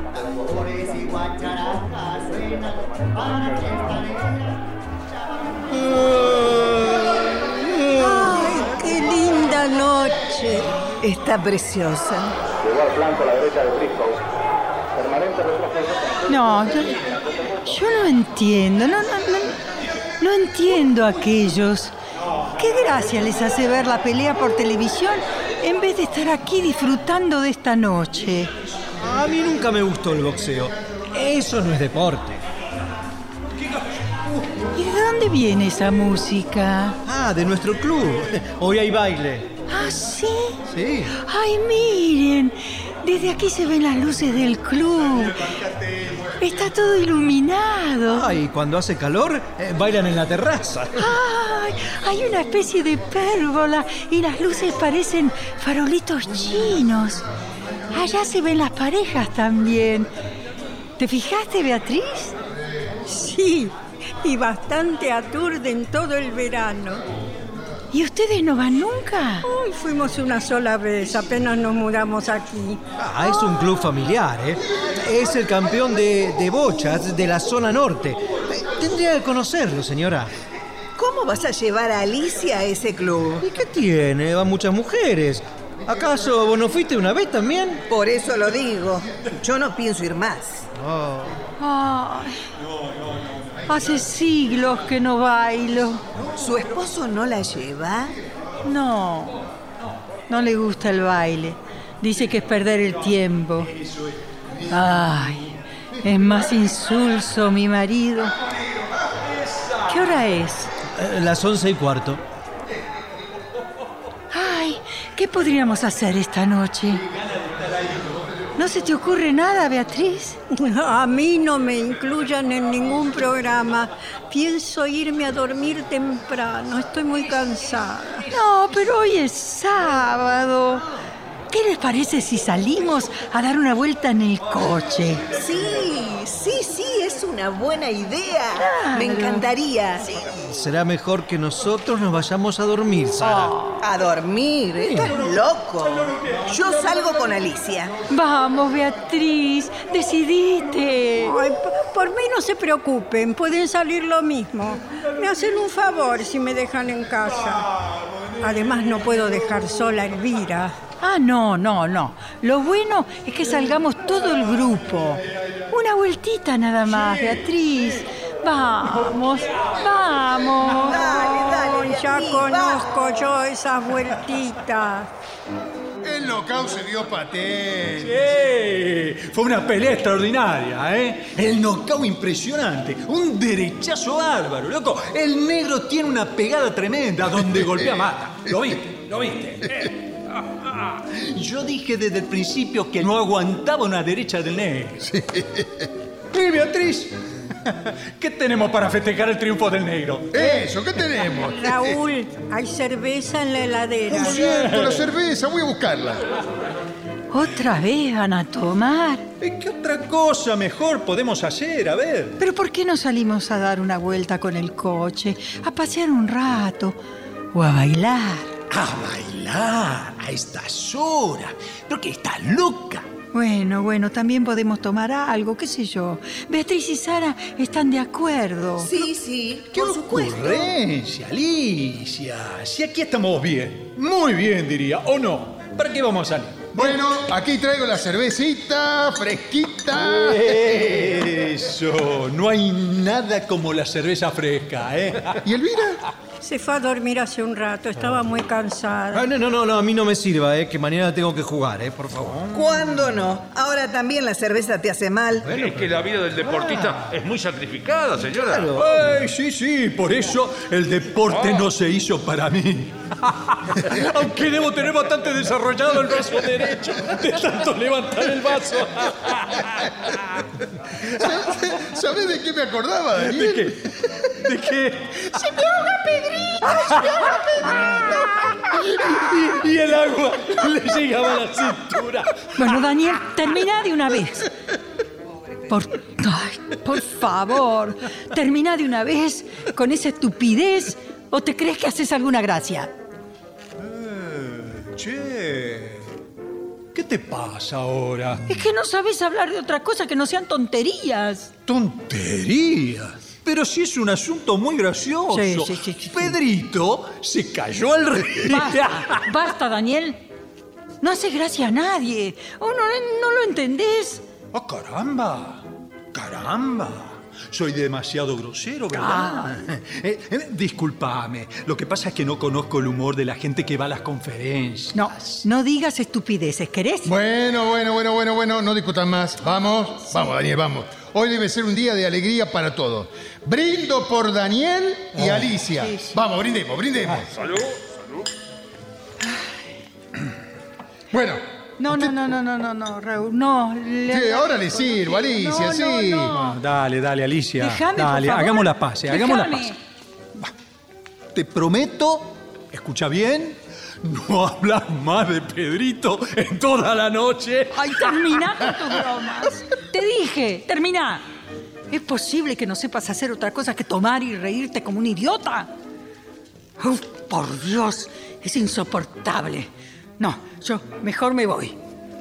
¡Ay, qué linda noche! Está preciosa. Llegó al flanco a la derecha de Briscoe. Permanente retroceso. No, yo, yo no entiendo. No, no, no. No entiendo a aquellos. ¿Qué gracia les hace ver la pelea por televisión en vez de estar aquí disfrutando de esta noche? A mí nunca me gustó el boxeo. Eso no es deporte. ¿Y de dónde viene esa música? Ah, de nuestro club. Hoy hay baile. ¿Ah, sí? Sí. ¡Ay, miren! Desde aquí se ven las luces del club. Está todo iluminado. Ah, y cuando hace calor, eh, bailan en la terraza. ¡Ay! Hay una especie de pérgola y las luces parecen farolitos chinos. Allá se ven las parejas también. ¿Te fijaste, Beatriz? Sí, y bastante aturden todo el verano. ¿Y ustedes no van nunca? Uy, fuimos una sola vez, apenas nos mudamos aquí. Ah, es un club familiar, ¿eh? Es el campeón de, de bochas de la zona norte. Tendría que conocerlo, señora. ¿Cómo vas a llevar a Alicia a ese club? ¿Y qué tiene? Van muchas mujeres. ¿Acaso vos no fuiste una vez también? Por eso lo digo. Yo no pienso ir más. Oh. Ay, hace siglos que no bailo. ¿Su esposo no la lleva? No, no le gusta el baile. Dice que es perder el tiempo. Ay, es más insulso mi marido. ¿Qué hora es? Eh, las once y cuarto. Ay, ¿qué podríamos hacer esta noche? ¿No se te ocurre nada, Beatriz? A mí no me incluyan en ningún programa. Pienso irme a dormir temprano. Estoy muy cansada. No, pero hoy es sábado. ¿Qué les parece si salimos a dar una vuelta en el coche? Sí, sí, sí, es una buena idea. Claro. Me encantaría. Sí. Será mejor que nosotros nos vayamos a dormir, Sara. Oh, ¿a dormir? Estás loco. Yo salgo con Alicia. Vamos, Beatriz, decidiste. Ay, por mí no se preocupen, pueden salir lo mismo. Me hacen un favor si me dejan en casa. Además, no puedo dejar sola a Elvira. Ah, no, no, no. Lo bueno es que salgamos todo el grupo. Una vueltita nada más, Beatriz. Vamos, vamos. Dale, dale, Ya Beatriz, conozco yo esas vueltitas. El knockout se dio paté. Sí, fue una pelea extraordinaria, ¿eh? El knockout impresionante, un derechazo bárbaro, loco. El negro tiene una pegada tremenda, donde golpea mata. ¿Lo viste? ¿Lo viste? Yo dije desde el principio que no aguantaba una derecha del negro. Sí. ¿Y Beatriz? ¿Qué tenemos para festejar el triunfo del negro? Eso, ¿qué tenemos? Raúl, hay cerveza en la heladera. Por cierto, la cerveza, voy a buscarla. ¿Otra vez van a tomar? ¿Qué otra cosa mejor podemos hacer? A ver. ¿Pero por qué no salimos a dar una vuelta con el coche? A pasear un rato o a bailar. A bailar a estas horas. ¿Pero qué estás loca? Bueno, bueno, también podemos tomar algo, qué sé yo. Beatriz y Sara están de acuerdo. Sí, sí, ¡Qué por supuesto. ocurrencia, Alicia! Si aquí estamos bien, muy bien diría, ¿o no? ¿Para qué vamos a salir? Bueno, aquí traigo la cervecita fresquita. Eso, no hay nada como la cerveza fresca, ¿eh? ¿Y Elvira? Se fue a dormir hace un rato, estaba muy cansada. Ah, no, no, no, no, a mí no me sirva, ¿eh? Que mañana tengo que jugar, ¿eh? Por favor. ¿Cuándo no? Ahora también la cerveza te hace mal. Bueno, es que la vida del deportista es muy sacrificada, señora. Claro. Ay, sí, sí, por eso el deporte no se hizo para mí. Aunque debo tener bastante desarrollado el brazo derecho de tanto levantar el vaso. ¿Sabes de qué me acordaba, ¿De Daniel? qué? ¿De qué? ¡Se me ahoga Pedrito! ¡Se me ahoga Pedrito! Y, y el agua le llegaba a la cintura. Bueno, Daniel, termina de una vez. Por, ay, por favor, termina de una vez con esa estupidez o te crees que haces alguna gracia. Eh, che, ¿qué te pasa ahora? Es que no sabes hablar de otra cosa que no sean tonterías. ¡Tonterías! Pero si es un asunto muy gracioso. Sí, sí, sí, sí. Pedrito se cayó al río. Basta, basta, Daniel. No haces gracia a nadie. ¿O no, no lo entendés? ¡Ah, caramba! ¡Caramba! soy demasiado grosero, ¿verdad? Ah. Eh, eh, discúlpame. Lo que pasa es que no conozco el humor de la gente que va a las conferencias. No, no digas estupideces, ¿querés? Bueno, bueno, bueno, bueno, bueno, no discutan más. Vamos, sí. Vamos, Daniel, vamos. Hoy debe ser un día de alegría para todos. Brindo por Daniel y oh. Alicia. Sí, sí. Vamos, brindemos, brindemos. Ah, salud, salud. Bueno. No, usted... no, no, no, no, no, Raúl, no. Le... Sí, ahora le sirvo, Alicia, no, sí. No, no. No, dale, dale, Alicia. Déjame, dale, por favor. hagamos la paz, eh, hagamos la paz. Déjame. Te prometo, escucha bien, no hablas más de Pedrito en toda la noche. Ay, termina con tus bromas. Te dije, termina. ¿Es posible que no sepas hacer otra cosa que tomar y reírte como un idiota? Oh, por Dios, es insoportable. No, yo mejor me voy.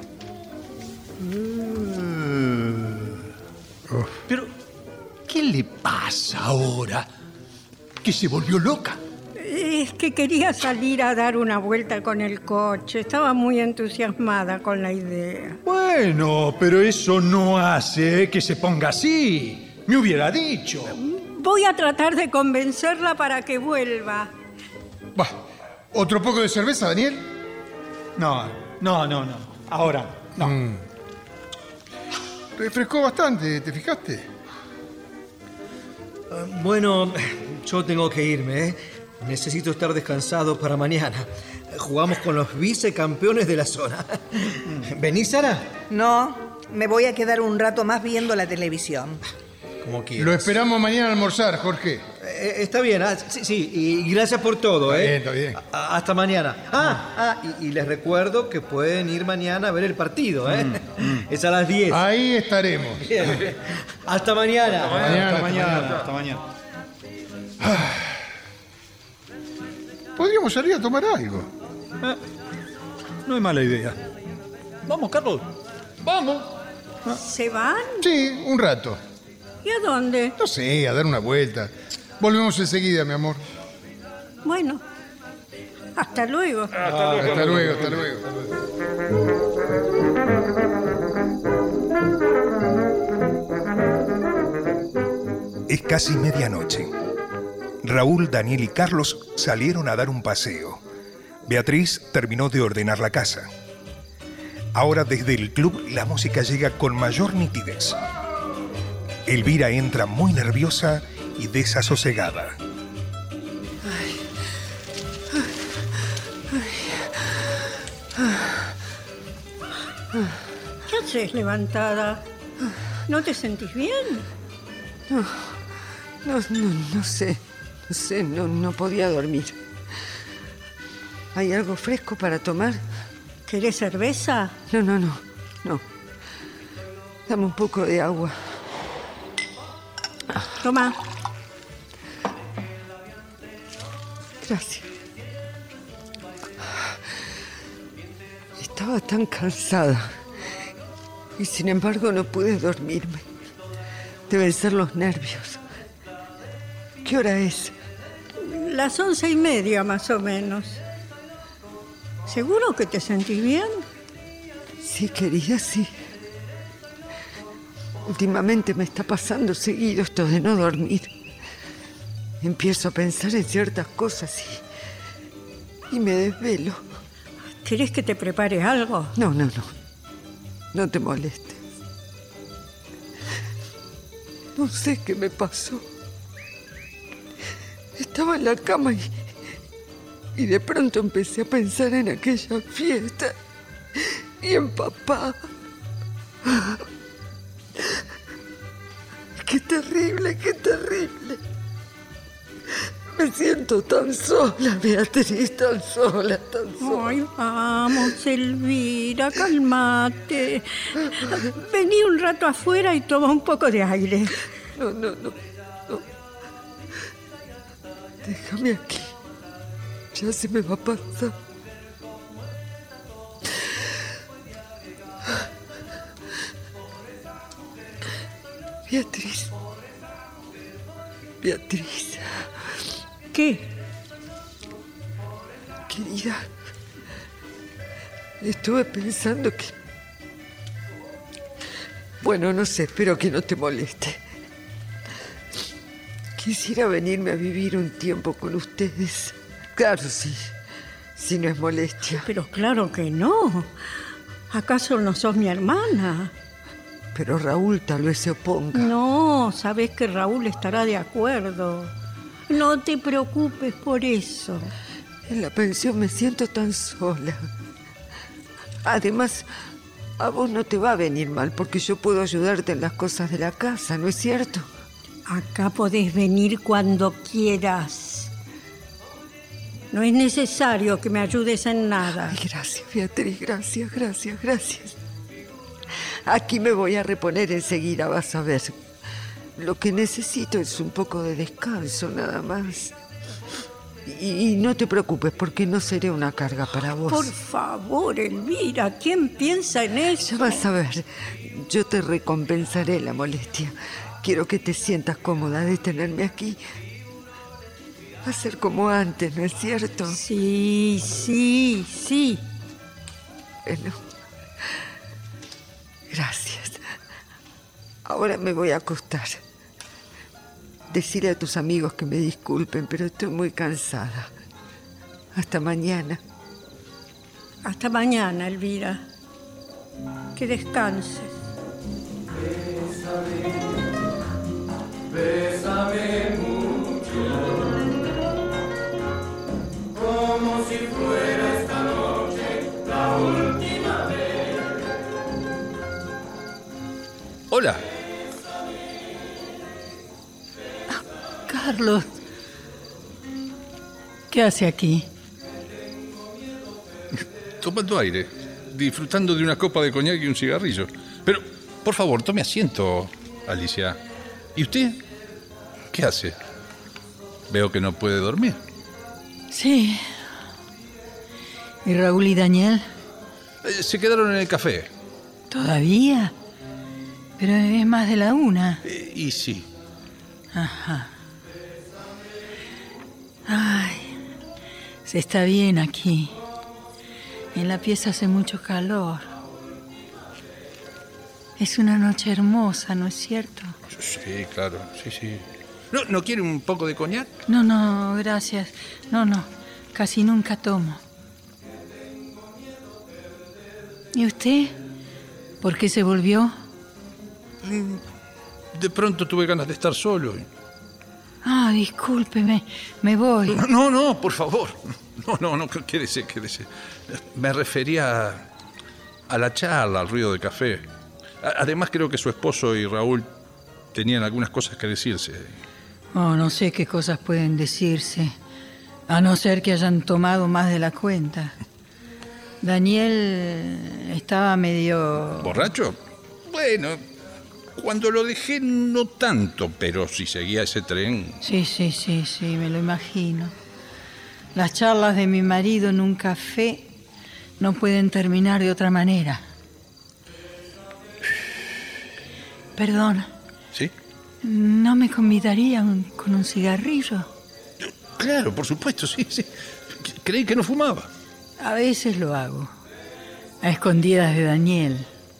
Pero, ¿qué le pasa ahora? ¿Que se volvió loca? Es que quería salir a dar una vuelta con el coche. Estaba muy entusiasmada con la idea. Bueno, pero eso no hace que se ponga así. Me hubiera dicho. Voy a tratar de convencerla para que vuelva. Bah, ¿otro poco de cerveza, Daniel? No, no, no, no. Ahora, no. Mm. Refrescó bastante, ¿te fijaste? Uh, bueno, yo tengo que irme, ¿eh? Necesito estar descansado para mañana. Jugamos con los vicecampeones de la zona. ¿Venís, Sara? No, me voy a quedar un rato más viendo la televisión. Como quieras. Lo esperamos mañana a almorzar, Jorge. Eh, está bien, ah, sí, sí, y gracias por todo, está ¿eh? Bien, está bien. A, hasta mañana. Ah, ah y, y les recuerdo que pueden ir mañana a ver el partido, ¿eh? Mm, mm. Es a las diez. Ahí estaremos. Bien, bien. Hasta mañana. Hasta mañana. Hasta mañana. Hasta mañana. Ah. Podríamos salir a tomar algo. Eh, no es mala idea. Vamos, Carlos. Vamos. ¿Se van? Sí, un rato. ¿Y a dónde? No sé, a dar una vuelta. Volvemos enseguida, mi amor. Bueno, hasta luego. Hasta, ah, luego, hasta luego, hasta luego. Es casi medianoche. Raúl, Daniel y Carlos salieron a dar un paseo. Beatriz terminó de ordenar la casa. Ahora desde el club la música llega con mayor nitidez. Elvira entra muy nerviosa y desasosegada. Ay, ay, ay. ¿Qué haces levantada? ¿No te sentís bien? No, no, no, no sé. No sé, no, no podía dormir. ¿Hay algo fresco para tomar? ¿Querés cerveza? No, no, no, no. Dame un poco de agua. Toma. Gracias. Estaba tan cansada y sin embargo no pude dormirme. Deben ser los nervios. ¿Qué hora es? Las once y media más o menos. ¿Seguro que te sentís bien? Sí, querida, sí. Últimamente me está pasando seguido esto de no dormir. Empiezo a pensar en ciertas cosas y, y me desvelo. ¿Querés que te prepare algo? No, no, no. No te molestes. No sé qué me pasó. Estaba en la cama y, y de pronto empecé a pensar en aquella fiesta y en papá. Qué terrible, qué terrible. Me siento tan sola, Beatriz, tan sola, tan sola. Ay, vamos, Elvira, cálmate. Vení un rato afuera y toma un poco de aire. No, no, no, no. Déjame aquí. Ya se me va a pasar. Beatriz. Beatriz. ¿Qué? Querida, estuve pensando que... Bueno, no sé, espero que no te moleste. Quisiera venirme a vivir un tiempo con ustedes. Claro, sí. Si no es molestia. Pero claro que no. ¿Acaso no sos mi hermana? Pero Raúl tal vez se oponga. No, sabés que Raúl estará de acuerdo. No te preocupes por eso. En la pensión me siento tan sola. Además, a vos no te va a venir mal porque yo puedo ayudarte en las cosas de la casa, ¿no es cierto? Acá podés venir cuando quieras. No es necesario que me ayudes en nada. Ay, gracias, Beatriz, gracias, gracias, gracias. Aquí me voy a reponer enseguida, vas a ver. Lo que necesito es un poco de descanso, nada más. Y, y no te preocupes, porque no seré una carga para vos. Por favor, Elvira, ¿quién piensa en eso? Ya vas a ver, yo te recompensaré la molestia. Quiero que te sientas cómoda de tenerme aquí. Va a ser como antes, ¿no es cierto? Sí, sí, sí. Bueno, gracias. Ahora me voy a acostar. Decirle a tus amigos que me disculpen, pero estoy muy cansada. Hasta mañana. Hasta mañana, Elvira. Que descanses. Bésame, bésame mucho, como si fuera esta noche la última vez. Hola. Carlos, ¿qué hace aquí? Tomando aire, disfrutando de una copa de coñac y un cigarrillo. Pero, por favor, tome asiento, Alicia. ¿Y usted? ¿Qué hace? Veo que no puede dormir. Sí. ¿Y Raúl y Daniel? Eh, se quedaron en el café. ¿Todavía? Pero es más de la una. Eh, y sí. Ajá. Ay, se está bien aquí. En la pieza hace mucho calor. Es una noche hermosa, ¿no es cierto? Sí, claro, sí, sí. ¿No, ¿no quiere un poco de coñac? No, no, gracias. No, no, casi nunca tomo. ¿Y usted? ¿Por qué se volvió? De pronto tuve ganas de estar solo. Ah, discúlpeme, me voy. No, no, no, por favor. No, no, no, quédese, quédese. Me refería a, a la charla, al ruido de café. Además, creo que su esposo y Raúl tenían algunas cosas que decirse. Oh, no sé qué cosas pueden decirse, a no ser que hayan tomado más de la cuenta. Daniel estaba medio... ¿Borracho? Bueno, cuando lo dejé no tanto, pero si seguía ese tren... Sí, sí, sí, sí, me lo imagino. Las charlas de mi marido en un café no pueden terminar de otra manera. Perdón. ¿Sí? ¿No me convidaría un, con un cigarrillo? Claro, por supuesto, sí, sí. Creí que no fumaba. A veces lo hago. A escondidas de Daniel.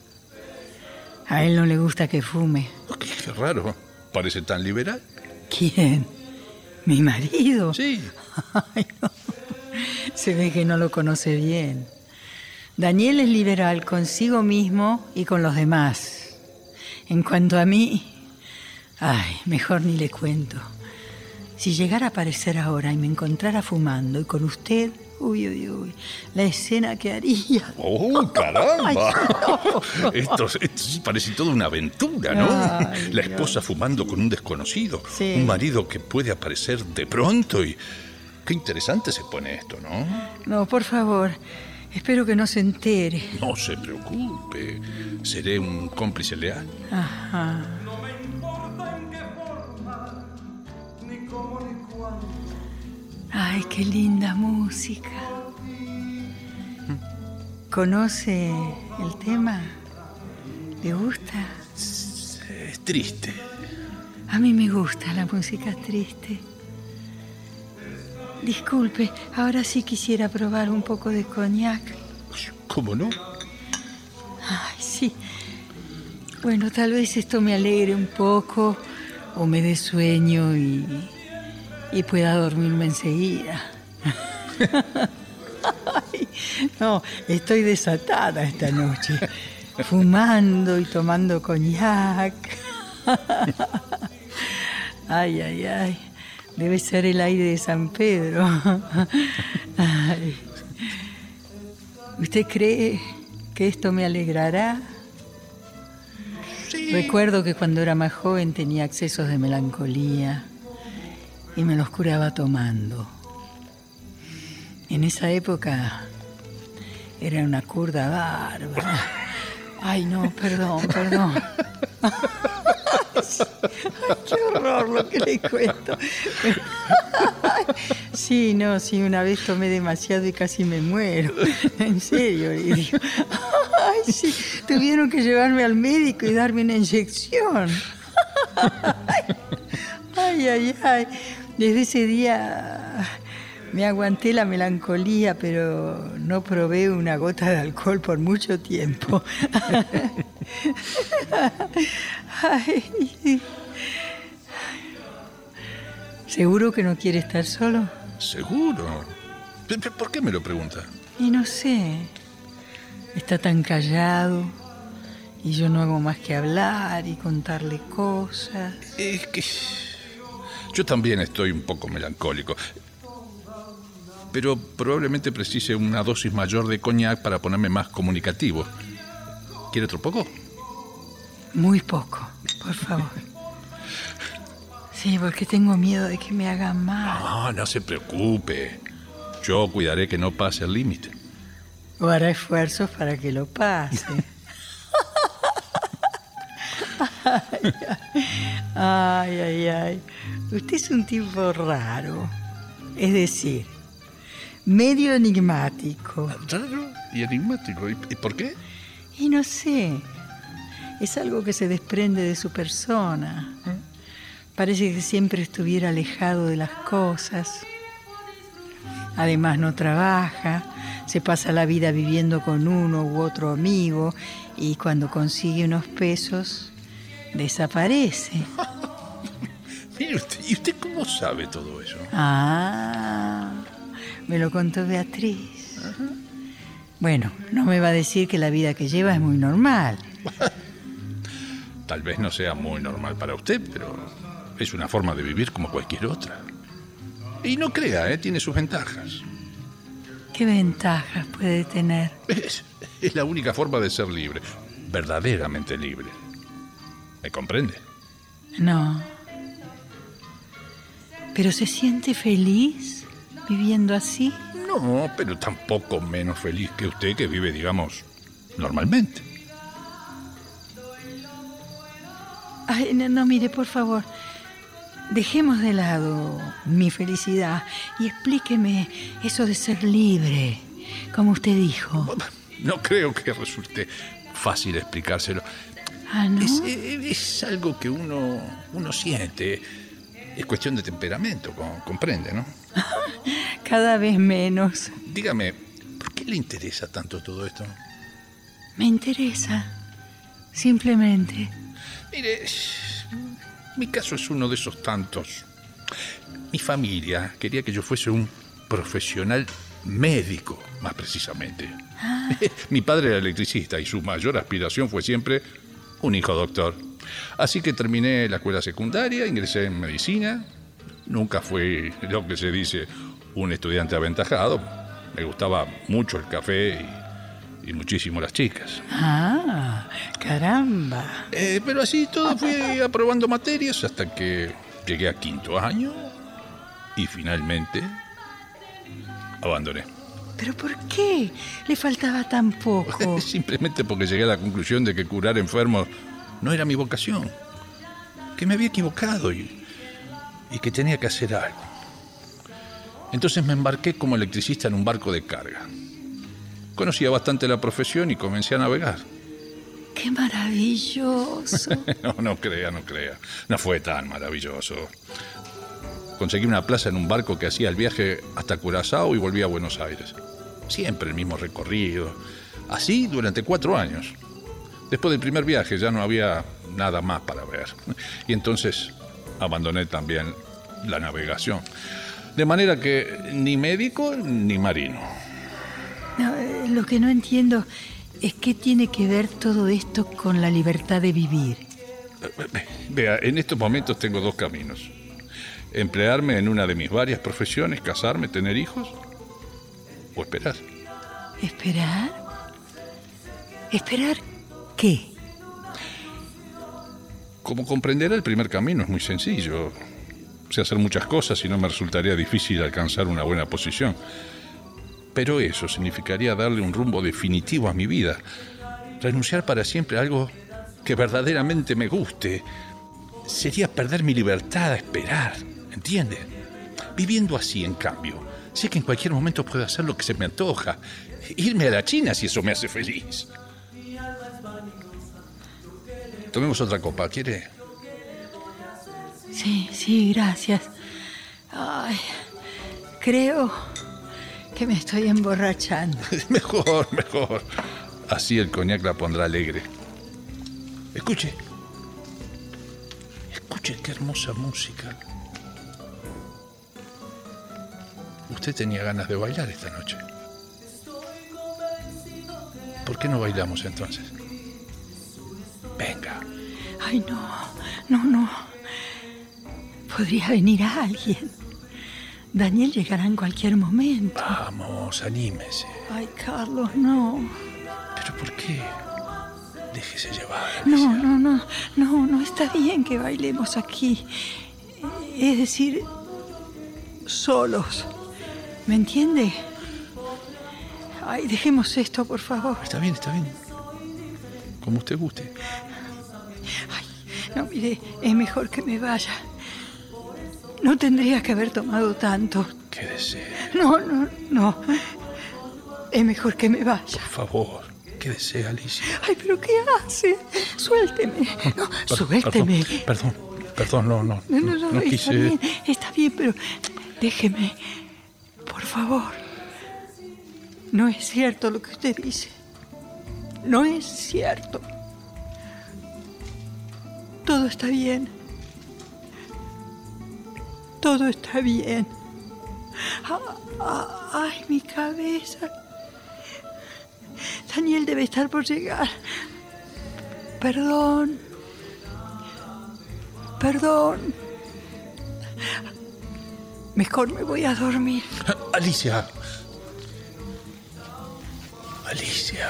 A él no le gusta que fume. Oh, qué, qué raro. Parece tan liberal. ¿Quién? ¿Mi marido? Sí. Ay, no. Se ve que no lo conoce bien. Daniel es liberal consigo mismo y con los demás. En cuanto a mí, ay, mejor ni le cuento. Si llegara a aparecer ahora y me encontrara fumando y con usted, uy, uy, uy, la escena que haría. ¡Oh, caramba! Ay, no. esto, esto sí parece toda una aventura, ¿no? Ay, la esposa Dios. Fumando con un desconocido. Sí. Un marido que puede aparecer de pronto y... Qué interesante se pone esto, ¿no? No, por favor, espero que no se entere. No se preocupe. Seré un cómplice leal. Ajá. Ay, qué linda música. ¿Conoce el tema? ¿Le gusta? Es triste. A mí me gusta la música triste. Disculpe, ahora sí quisiera probar un poco de coñac. ¿Cómo no? Ay, sí. Bueno, tal vez esto me alegre un poco, o me dé sueño y, y pueda dormirme enseguida. Ay, no, estoy desatada esta noche, fumando y tomando coñac. Ay, ay, ay, debe ser el aire de San Pedro. Ay. ¿Usted cree que esto me alegrará? Sí. Recuerdo que cuando era más joven tenía accesos de melancolía y me los curaba tomando. En esa época era una curda bárbara. Ay, no, perdón, perdón. Ay, qué horror lo que le cuento. Sí, no, sí, una vez tomé demasiado y casi me muero. En serio, Lidio. Ay, sí, tuvieron que llevarme al médico y darme una inyección. Ay, ay, ay. Desde ese día me aguanté la melancolía, pero no probé una gota de alcohol por mucho tiempo. Ay. ¿Seguro que no quiere estar solo? ¿Seguro? ¿Por qué me lo pregunta? Y no sé. Está tan callado y yo no hago más que hablar y contarle cosas. Es que yo también estoy un poco melancólico. Pero probablemente precise una dosis mayor de coñac para ponerme más comunicativo. ¿Quiere otro poco? Muy poco, por favor. Sí, porque tengo miedo de que me hagan mal. No, no se preocupe. Yo cuidaré que no pase el límite. O hará esfuerzos para que lo pase. Ay, ay, ay, ay. Usted es un tipo raro. Es decir, medio enigmático. ¿Raro y enigmático? ¿Y por qué? Y no sé. Es algo que se desprende de su persona. Parece que siempre estuviera alejado de las cosas. Además no trabaja, se pasa la vida viviendo con uno u otro amigo y cuando consigue unos pesos, desaparece. Mire usted, ¿y usted cómo sabe todo eso? Ah, me lo contó Beatriz. Ajá. Bueno, no me va a decir que la vida que lleva es muy normal. Tal vez no sea muy normal para usted, pero es una forma de vivir como cualquier otra. Y no crea, ¿eh? Tiene sus ventajas. ¿Qué ventajas puede tener? Es, es la única forma de ser libre, verdaderamente libre. ¿Me comprende? No. ¿Pero se siente feliz viviendo así? No, pero tampoco menos feliz que usted, que vive, digamos, normalmente. Ay, no, no, mire, por favor. Dejemos de lado mi felicidad y explíqueme eso de ser libre, como usted dijo. No creo que resulte fácil explicárselo. ¿Ah, no? Es, es, es algo que uno, uno siente. Es cuestión de temperamento, comprende, ¿no? Cada vez menos. Dígame, ¿por qué le interesa tanto todo esto? Me interesa, simplemente. Mire, mi caso es uno de esos tantos. Mi familia quería que yo fuese un profesional médico, más precisamente. Ah. Mi padre era electricista y su mayor aspiración fue siempre un hijo doctor. Así que terminé la escuela secundaria, ingresé en medicina. Nunca fui lo que se dice un estudiante aventajado. Me gustaba mucho el café y, y muchísimo las chicas. Ah, caramba. Eh, pero así todo fui aprobando materias hasta que llegué a quinto año y finalmente abandoné. ¿Pero por qué? ¿Le faltaba tan poco? Simplemente porque llegué a la conclusión de que curar enfermos no era mi vocación, que me había equivocado y, y que tenía que hacer algo. Entonces me embarqué como electricista en un barco de carga. Conocía bastante la profesión y comencé a navegar. ¡Qué maravilloso! No, no crea, no crea. No fue tan maravilloso. Conseguí una plaza en un barco que hacía el viaje hasta Curazao y volvía a Buenos Aires. Siempre el mismo recorrido. Así durante cuatro años. Después del primer viaje ya no había nada más para ver. Y entonces abandoné también la navegación. De manera que ni médico ni marino. No, eh, lo que no entiendo es qué tiene que ver todo esto con la libertad de vivir. Vea, en estos momentos tengo dos caminos. Emplearme en una de mis varias profesiones, casarme, tener hijos, o esperar. ¿Esperar? ¿Esperar qué? Como comprenderá, el primer camino es muy sencillo. Sé hacer muchas cosas y no me resultaría difícil alcanzar una buena posición. Pero eso significaría darle un rumbo definitivo a mi vida. Renunciar para siempre a algo que verdaderamente me guste. Sería perder mi libertad a esperar, ¿entiende? Viviendo así, en cambio, sé que en cualquier momento puedo hacer lo que se me antoja. Irme a la China si eso me hace feliz. Tomemos otra copa, ¿quiere? Sí, sí, gracias. Ay, creo que me estoy emborrachando. Mejor, mejor. Así el coñac la pondrá alegre. Escuche. Escuche qué hermosa música. Usted tenía ganas de bailar esta noche. ¿Por qué no bailamos entonces? Venga. Ay, no, no, no. Podría venir alguien. Daniel llegará en cualquier momento. Vamos, anímese. Ay, Carlos, no. ¿Pero por qué? Déjese llevar. No, no, no, no, no está bien que bailemos aquí. Es decir, solos. ¿Me entiende? Ay, dejemos esto, por favor. Está bien, está bien. Como usted guste. Ay, no, mire, es mejor que me vaya. No tendría que haber tomado tanto. Quédese. No, no, no. Es mejor que me vaya. Por favor, quédese, Alicia. Ay, ¿pero qué hace? Suélteme. No, Per- suélteme. Perdón, perdón, perdón, no, no. No, no, no, no está quise... bien, está bien, pero déjeme, por favor. No es cierto lo que usted dice. No es cierto. Todo está bien. Todo está bien. Ah, ah, ay, mi cabeza. Daniel debe estar por llegar. Perdón. Perdón. Mejor me voy a dormir. Alicia. Alicia.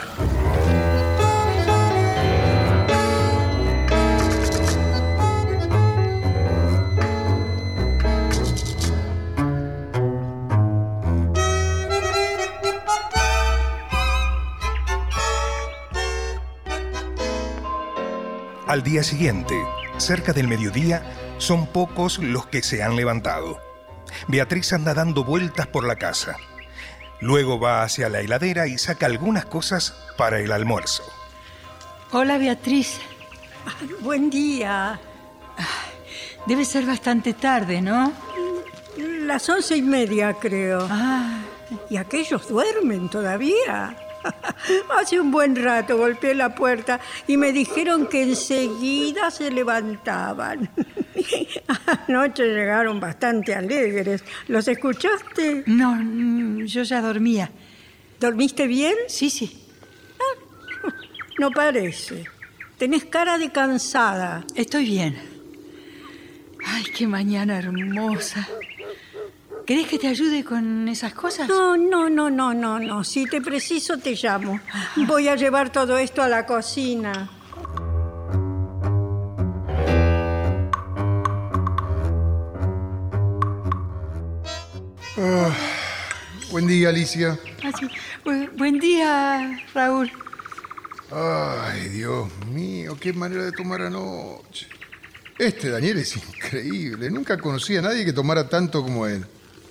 Al día siguiente, cerca del mediodía, son pocos los que se han levantado. Beatriz anda dando vueltas por la casa. Luego va hacia la heladera y saca algunas cosas para el almuerzo. Hola, Beatriz. Ay, buen día. Debe ser bastante tarde, ¿no? Las once y media, creo. Ah. ¿Y aquellos duermen todavía? Hace un buen rato golpeé la puerta y me dijeron que enseguida se levantaban. Anoche llegaron bastante alegres. ¿Los escuchaste? No, yo ya dormía. ¿Dormiste bien? Sí, sí. Ah, no parece. Tenés cara de cansada. Estoy bien. Ay, qué mañana hermosa. ¿Querés que te ayude con esas cosas? No, no, no, no, no, no. Si te preciso, te llamo. Voy a llevar todo esto a la cocina. Ah, buen día, Alicia. Ah, sí. Bu- buen día, Raúl. Ay, Dios mío, qué manera de tomar anoche. Este Daniel es increíble. Nunca conocí a nadie que tomara tanto como él.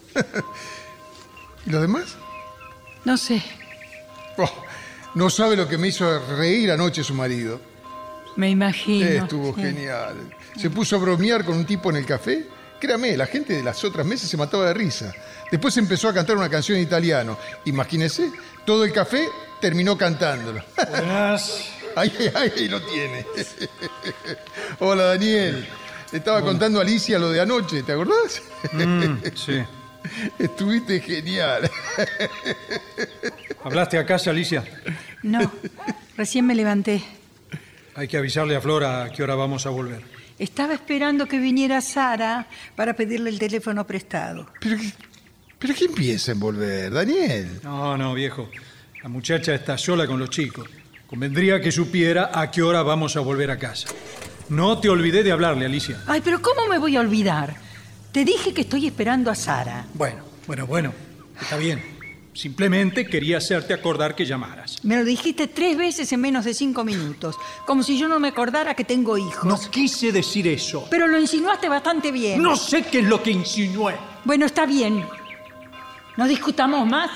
¿Y los demás? No sé. Oh, no sabe lo que me hizo reír anoche su marido. Me imagino. Estuvo sí. genial. Se puso a bromear con un tipo en el café. Créame, la gente de las otras mesas se mataba de risa. Después empezó a cantar una canción en italiano. Imagínese, todo el café terminó cantándolo. Buenas. Ay, ay, ay, ahí lo tiene. Hola, Daniel. Le estaba bueno. contando a Alicia lo de anoche, ¿te acordás? Mm, sí. Estuviste genial. ¿Hablaste a casa, Alicia? No, recién me levanté. Hay que avisarle a Flora a qué hora vamos a volver. Estaba esperando que viniera Sara para pedirle el teléfono prestado. ¿Pero, pero quién piensa en volver, Daniel? No, no, viejo. La muchacha está sola con los chicos. Convendría que supiera a qué hora vamos a volver a casa. No te olvidé de hablarle, Alicia. Ay, pero ¿cómo me voy a olvidar? Te dije que estoy esperando a Sara. Bueno, bueno, bueno. Está bien. Simplemente quería hacerte acordar que llamaras. Me lo dijiste tres veces en menos de cinco minutos. Como si yo no me acordara que tengo hijos. No quise decir eso. Pero lo insinuaste bastante bien. No sé qué es lo que insinué. Bueno, está bien. ¿No discutamos más?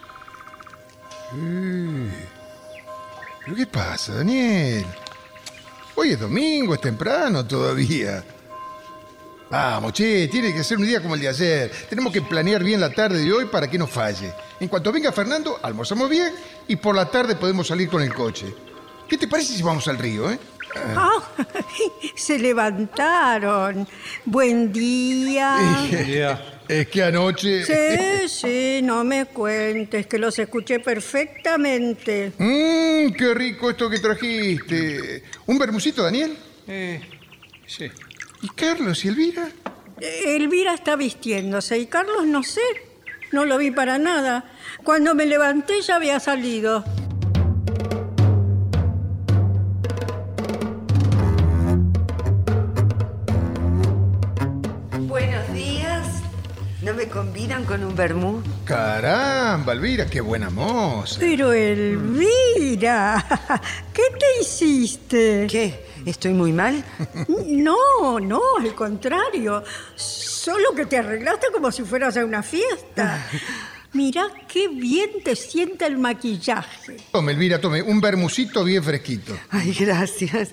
Eh, ¿Pero qué pasa, Daniel? Hoy es domingo, es temprano todavía. Vamos, che, tiene que ser un día como el de ayer. Tenemos que planear bien la tarde de hoy para que no falle. En cuanto venga Fernando, almorzamos bien y por la tarde podemos salir con el coche. ¿Qué te parece si vamos al río, eh? Ah, se levantaron. Buen día. Yeah. Es que anoche... Sí, sí, no me cuentes, que los escuché perfectamente. Mmm, qué rico esto que trajiste. ¿Un bermucito, Daniel? Eh, sí. ¿Y Carlos y Elvira? Elvira está vistiéndose y Carlos no sé. No lo vi para nada. Cuando me levanté ya había salido. Buenos días. ¿No me combinan con un vermú? Caramba, Elvira, qué buena moza. Pero Elvira, ¿qué te hiciste? ¿Qué? ¿Estoy muy mal? No, no, al contrario. Solo que te arreglaste como si fueras a una fiesta. Mirá qué bien te sienta el maquillaje. Tome, Elvira, tome, un bermucito bien fresquito. Ay, gracias.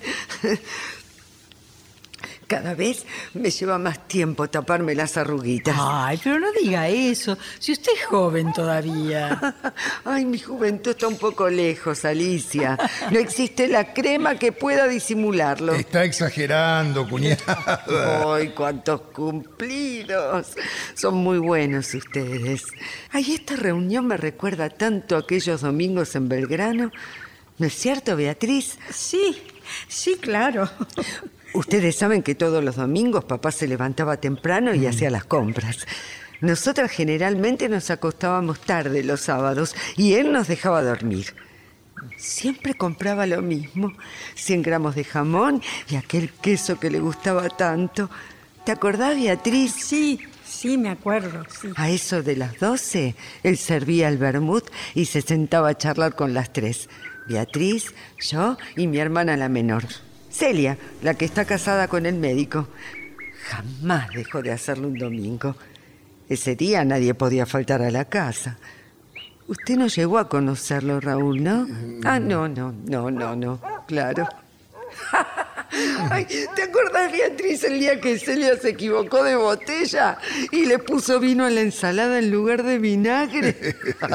Cada vez me lleva más tiempo taparme las arruguitas. Ay, pero no diga eso. Si usted es joven todavía. Ay, mi juventud está un poco lejos, Alicia. No existe la crema que pueda disimularlo. Está exagerando, cuñada. Ay, cuántos cumplidos. Son muy buenos ustedes. Ay, esta reunión me recuerda tanto a aquellos domingos en Belgrano. ¿No es cierto, Beatriz? Sí, sí, claro. Ustedes saben que todos los domingos papá se levantaba temprano y mm. hacía las compras. Nosotras generalmente nos acostábamos tarde los sábados y él nos dejaba dormir. Siempre compraba lo mismo, cien gramos de jamón y aquel queso que le gustaba tanto. ¿Te acordás, Beatriz? Sí, sí, me acuerdo, sí. A eso de las doce, él servía el vermut y se sentaba a charlar con las tres. Beatriz, yo y mi hermana la menor. Celia, la que está casada con el médico. Jamás dejó de hacerlo un domingo. Ese día nadie podía faltar a la casa. Usted no llegó a conocerlo, Raúl, ¿no? Ah, no, no, no, no, no, claro. Ay, ¿te acordás, Beatriz, el día que Celia se equivocó de botella y le puso vino a la ensalada en lugar de vinagre?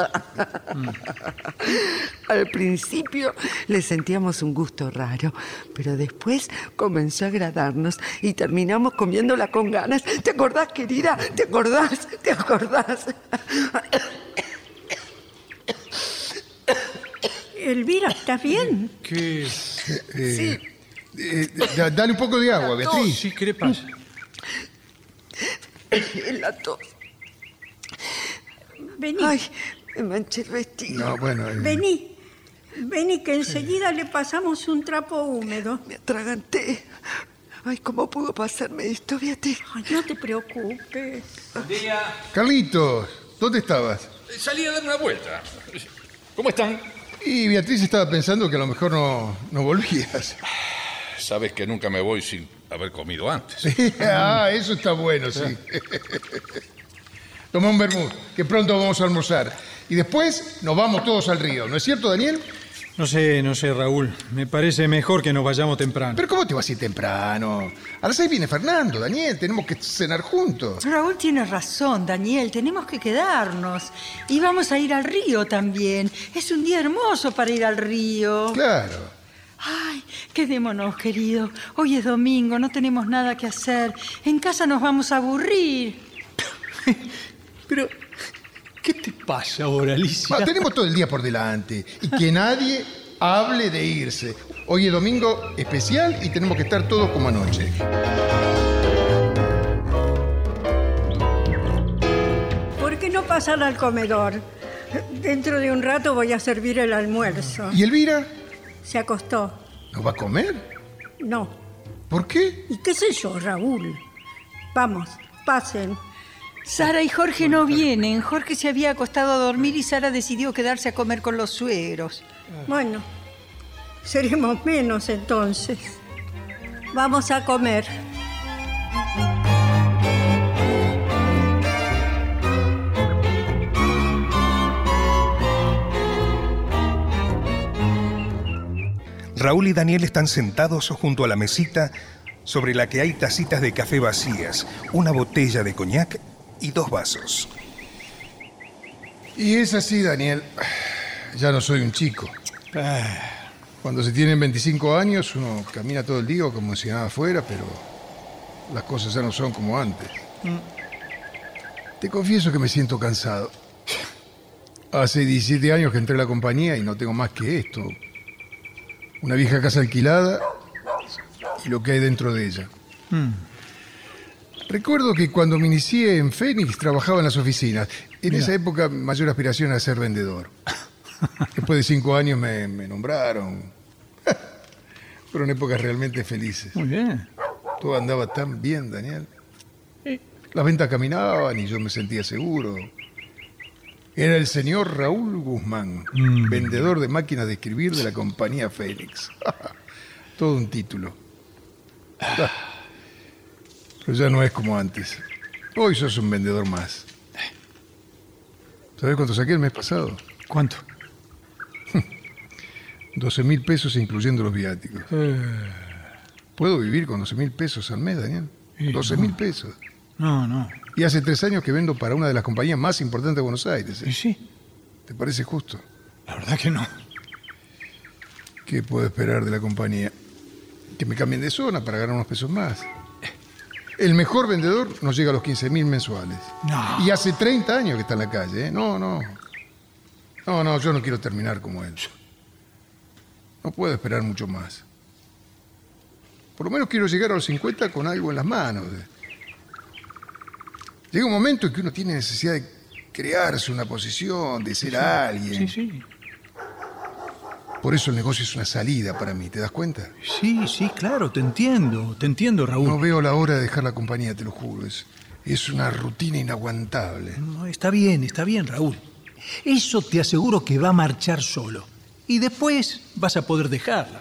Al principio le sentíamos un gusto raro, pero después comenzó a agradarnos y terminamos comiéndola con ganas. ¿Te acordás, querida? ¿Te acordás? ¿Te acordás? Elvira, ¿estás bien? ¿Qué? Eh, Sí. Eh, da- dale un poco de agua, Beatriz. Sí, ¿qué le pasa? La tos. Vení, Ay, me manché el vestido. No, bueno. eh, vení. Vení, que enseguida le pasamos un trapo húmedo. Me atraganté. Ay, ¿cómo pudo pasarme esto, Beatriz? Ay, no te preocupes. Buen día. Carlitos, ¿dónde estabas? Salí a dar una vuelta. ¿Cómo están? Y Beatriz estaba pensando que a lo mejor no, no volvías. Sabes que nunca me voy sin haber comido antes. Ah, eso está bueno, sí. Toma un vermut, que pronto vamos a almorzar. Y después nos vamos todos al río, ¿no es cierto, Daniel? No sé, no sé, Raúl. Me parece mejor que nos vayamos temprano. Pero ¿cómo te vas a ir temprano? A las seis viene Fernando, Daniel, tenemos que cenar juntos. Raúl tiene razón, Daniel. Tenemos que quedarnos. Y vamos a ir al río también. Es un día hermoso para ir al río. Claro. Ay, quedémonos, querido. Hoy es domingo, no tenemos nada que hacer. En casa nos vamos a aburrir. Pero, ¿qué te pasa ahora, Alicia? Ah, tenemos todo el día por delante. Y que nadie hable de irse. Hoy es domingo especial y tenemos que estar todos como anoche. ¿Por qué no pasan al comedor? Dentro de un rato voy a servir el almuerzo. ¿Y Elvira? Se acostó. ¿No va a comer? No. ¿Por qué? ¿Y qué sé yo, Raúl? Vamos, pasen. Sara y Jorge no vienen. Jorge se había acostado a dormir y Sara decidió quedarse a comer con los suegros. Bueno, seremos menos entonces. Vamos a comer. Raúl y Daniel están sentados junto a la mesita sobre la que hay tacitas de café vacías, una botella de coñac y dos vasos. Y es así, Daniel. Ya no soy un chico. Cuando se tienen veinticinco años, uno camina todo el día como si nada fuera, pero las cosas ya no son como antes. Te confieso que me siento cansado. Hace diecisiete años que entré a la compañía y no tengo más que esto. Una vieja casa alquilada y lo que hay dentro de ella. Mm. Recuerdo que cuando me inicié en Fénix trabajaba en las oficinas. En Mira. esa época mi mayor aspiración era ser vendedor. Después de cinco años me, me nombraron. Fueron épocas realmente felices. Muy bien. Todo andaba tan bien, Daniel. Sí. Las ventas caminaban y yo me sentía seguro. Era el señor Raúl Guzmán, Mm. vendedor de máquinas de escribir de la compañía Fénix. Todo un título. Ah. Pero ya no es como antes. Hoy sos un vendedor más. ¿Sabés cuánto saqué el mes pasado? ¿Cuánto? doce mil pesos incluyendo los viáticos. Eh, ¿Puedo vivir con doce mil pesos al mes, Daniel? Sí, doce mil pesos. no, no. Y hace tres años que vendo para una de las compañías más importantes de Buenos Aires. ¿eh? ¿Y sí? ¿Te parece justo? La verdad que no. ¿Qué puedo esperar de la compañía? Que me cambien de zona para ganar unos pesos más. El mejor vendedor no llega a los quince mil mensuales. No. Y hace treinta años que está en la calle, ¿eh? No, no. No, no, yo no quiero terminar como él. No puedo esperar mucho más. Por lo menos quiero llegar a los cincuenta con algo en las manos. Llega un momento en que uno tiene necesidad de crearse una posición, de ser alguien. Sí, sí. Por eso el negocio es una salida para mí, ¿te das cuenta? Sí, sí, claro, te entiendo. Te entiendo, Raúl. No veo la hora de dejar la compañía, te lo juro. Es, es una rutina inaguantable. No, está bien, está bien, Raúl. Eso te aseguro que va a marchar solo. Y después vas a poder dejarla.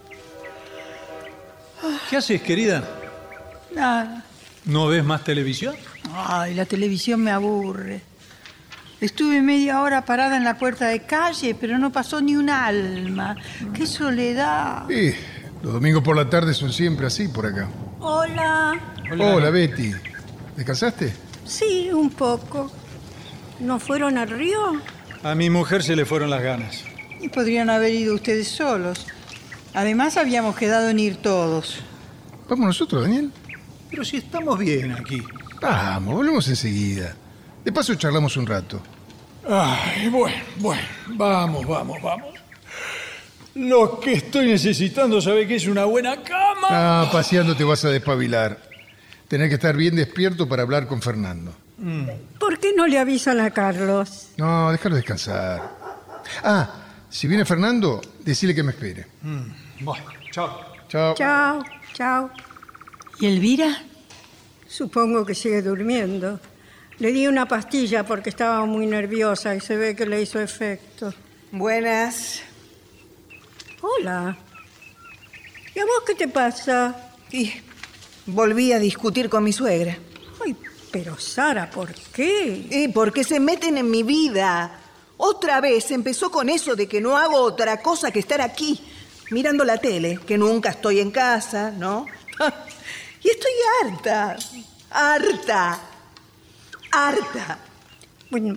¿Qué haces, querida? Nada. ¿No ves más televisión? Ay, la televisión me aburre. Estuve media hora parada en la puerta de calle, pero no pasó ni un alma. ¡Qué soledad! Sí, los domingos por la tarde son siempre así por acá. Hola. Hola, Betty. ¿Descansaste? Sí, un poco. ¿No fueron al río? A mi mujer se le fueron las ganas. Y podrían haber ido ustedes solos. Además, habíamos quedado en ir todos. Vamos nosotros, Daniel. Pero si estamos bien aquí. Vamos, volvemos enseguida. De paso charlamos un rato. Ay, bueno, bueno. Vamos, vamos, vamos. Lo que estoy necesitando, ¿sabe qué es? Una buena cama. Ah, paseando te vas a despabilar. Tenés que estar bien despierto para hablar con Fernando. Mm. ¿Por qué no le avisan a Carlos? No, déjalo descansar. Ah, si viene Fernando, decile que me espere. Mm. Bueno, chao. Chao. Chao, chao. ¿Y Elvira? Supongo que sigue durmiendo. Le di una pastilla porque estaba muy nerviosa y se ve que le hizo efecto. Buenas. Hola. ¿Y a vos qué te pasa? Y volví a discutir con mi suegra. Ay, pero Sara, ¿por qué? Y porque se meten en mi vida. Otra vez empezó con eso de que no hago otra cosa que estar aquí, mirando la tele, que nunca estoy en casa, ¿no? Y estoy harta, harta, harta. Bueno,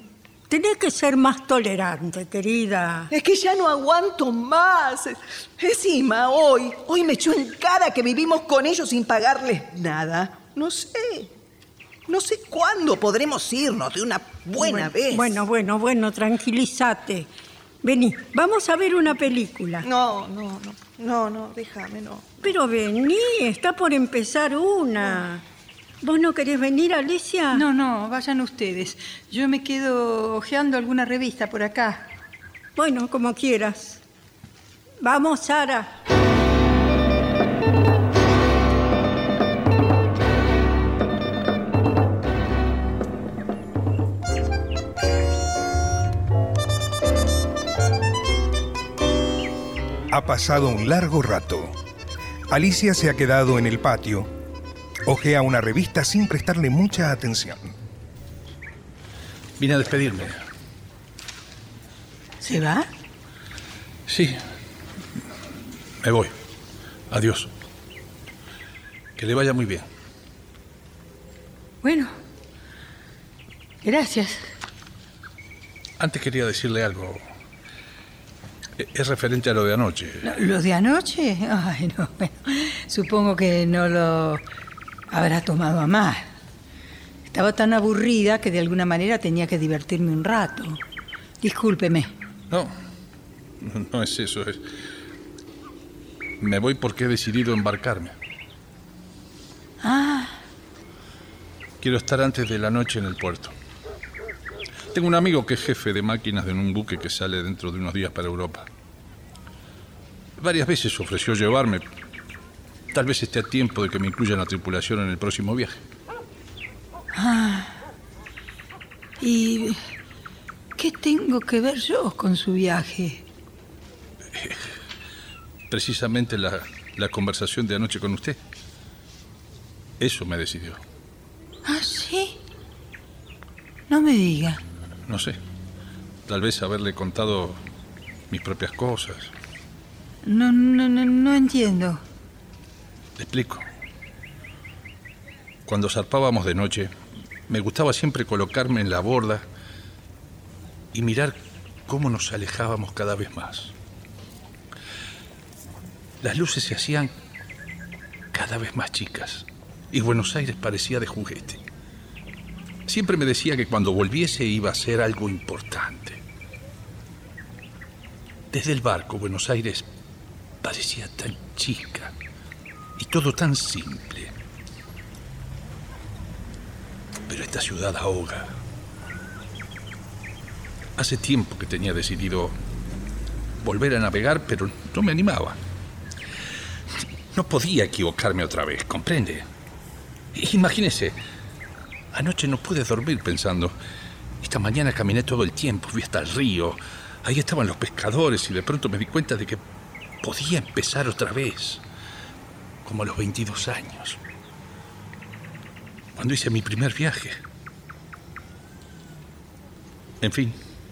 Tenés que ser más tolerante, querida. Es que ya no aguanto más. Encima, hoy, hoy me echó en cara que vivimos con ellos sin pagarles nada. No sé, no sé cuándo podremos irnos de una buena bueno, vez. Bueno, bueno, bueno, tranquilízate. Vení, vamos a ver una película. No, no, no, no, no, déjame, no. Pero vení, está por empezar una. ¿Vos no querés venir, Alicia? No, no, vayan ustedes. Yo me quedo hojeando alguna revista por acá. Bueno, como quieras. Vamos, Sara. Ha pasado un largo rato. Alicia se ha quedado en el patio. Ojea una revista sin prestarle mucha atención. Vine a despedirme. ¿Se va? Sí. Me voy. Adiós. Que le vaya muy bien. Bueno. Gracias. Antes quería decirle algo. Es referente a lo de anoche. ¿Lo de anoche? Ay, no, bueno, supongo que no lo habrá tomado a mal. Estaba tan aburrida que de alguna manera tenía que divertirme un rato. Discúlpeme. No, no es eso. Es... Me voy porque he decidido embarcarme. Ah. Quiero estar antes de la noche en el puerto. Tengo un amigo que es jefe de máquinas de un buque que sale dentro de unos días para Europa. Varias veces ofreció llevarme. Tal vez esté a tiempo de que me incluya en la tripulación en el próximo viaje. Ah. ¿Y qué tengo que ver yo con su viaje? Precisamente la, la conversación de anoche con usted. Eso me decidió. ¿Ah, sí? No me diga. No sé. Tal vez haberle contado mis propias cosas. No, no, no, no entiendo. Le explico. Cuando zarpábamos de noche, me gustaba siempre colocarme en la borda y mirar cómo nos alejábamos cada vez más. Las luces se hacían cada vez más chicas y Buenos Aires parecía de juguete. Siempre me decía que cuando volviese iba a ser algo importante. Desde el barco, Buenos Aires parecía tan chica y todo tan simple. Pero esta ciudad ahoga. Hace tiempo que tenía decidido volver a navegar, pero no me animaba. No podía equivocarme otra vez, ¿comprende? Imagínese. Anoche no pude dormir pensando. Esta mañana caminé todo el tiempo, fui hasta el río. Ahí estaban los pescadores y de pronto me di cuenta de que podía empezar otra vez. Como a los veintidós años. Cuando hice mi primer viaje. En fin.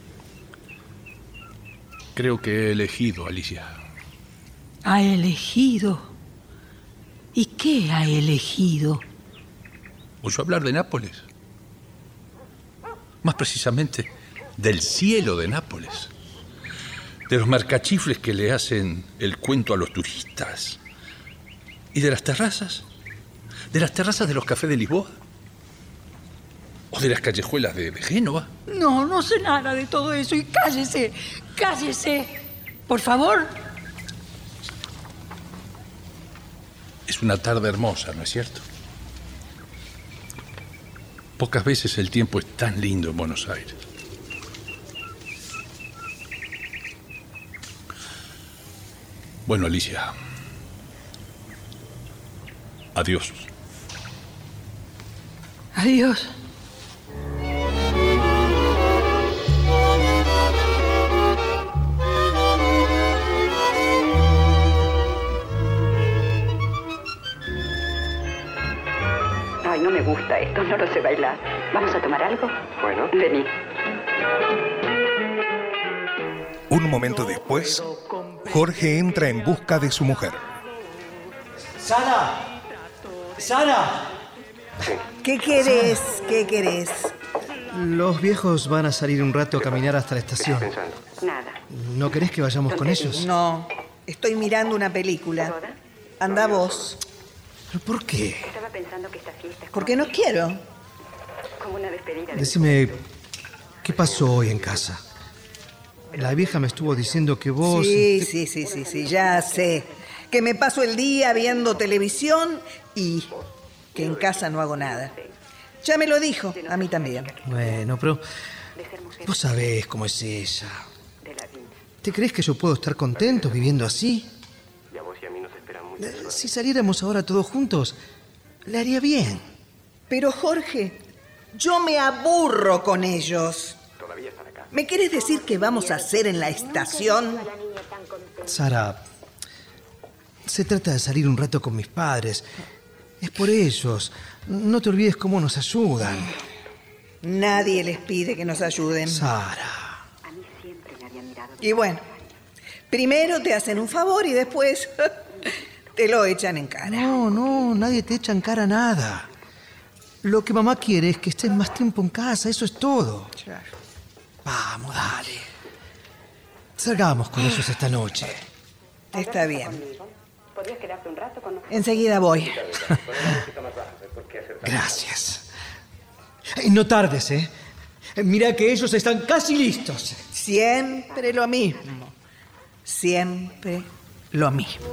Creo que he elegido, Alicia. ¿Ha elegido? ¿Y qué ha elegido? ¿Oyó hablar de Nápoles? Más precisamente, del cielo de Nápoles. De los marcachifles que le hacen el cuento a los turistas. ¿Y de las terrazas? ¿De las terrazas de los cafés de Lisboa? ¿O de las callejuelas de, de Génova? No, no sé nada de todo eso. Y cállese, cállese. Por favor. Es una tarde hermosa, ¿no es cierto? Pocas veces el tiempo es tan lindo en Buenos Aires. Bueno, Alicia. Adiós. Adiós. Ay, no me gusta esto, no lo sé bailar. ¿Vamos a tomar algo? Bueno. Vení. Un momento después, Jorge entra en busca de su mujer. ¡Sara! ¡Sara! ¿Qué querés? ¿Qué querés? Los viejos van a salir un rato a caminar hasta la estación. Nada. ¿No querés que vayamos con ellos? No, estoy mirando una película. Anda vos. ¿Pero por qué? Estaba pensando que esta fiesta es Porque no quiero. como una despedida. de- Decime, ¿qué pasó hoy en casa? La vieja me estuvo diciendo que vos... Sí, sí, sí, sí, sí, ya sé. Que me paso el día viendo televisión y que en casa no hago nada. Ya me lo dijo, a mí también. Bueno, pero vos sabés cómo es ella. ¿Te crees que yo puedo estar contento viviendo así? Eh, Si saliéramos ahora todos juntos, le haría bien. Pero Jorge, yo me aburro con ellos. ¿Me querés decir qué vamos a hacer en la estación? Sara, se trata de salir un rato con mis padres. Es por ellos. No te olvides cómo nos ayudan. Nadie les pide que nos ayuden. Sara. Y bueno, primero te hacen un favor y después te lo echan en cara. No, no, nadie te echa en cara nada. Lo que mamá quiere es que estés más tiempo en casa, eso es todo. Claro. Vamos, dale. Salgamos con ellos esta noche. Está bien. ¿Podrías quedarte un rato con nosotros? Enseguida voy. Gracias. Y no tardes, ¿eh? Mira que ellos están casi listos. Siempre lo mismo. Siempre lo mismo.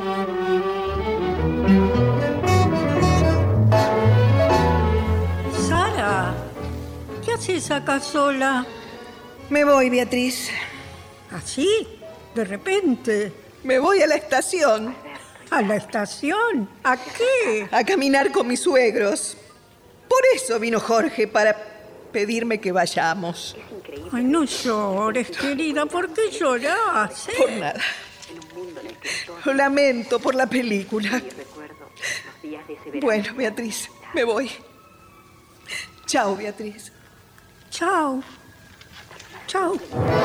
Sara, ¿qué haces acá sola? Me voy, Beatriz. ¿Así? ¿De repente? Me voy a la estación. ¿A la estación? ¿A qué? A caminar con mis suegros. Por eso vino Jorge, para pedirme que vayamos. Ay, no llores, querida. ¿Por qué llorás? eh? Por nada. Lo lamento por la película. Bueno, Beatriz, me voy. Chao, Beatriz. Chao. Chao.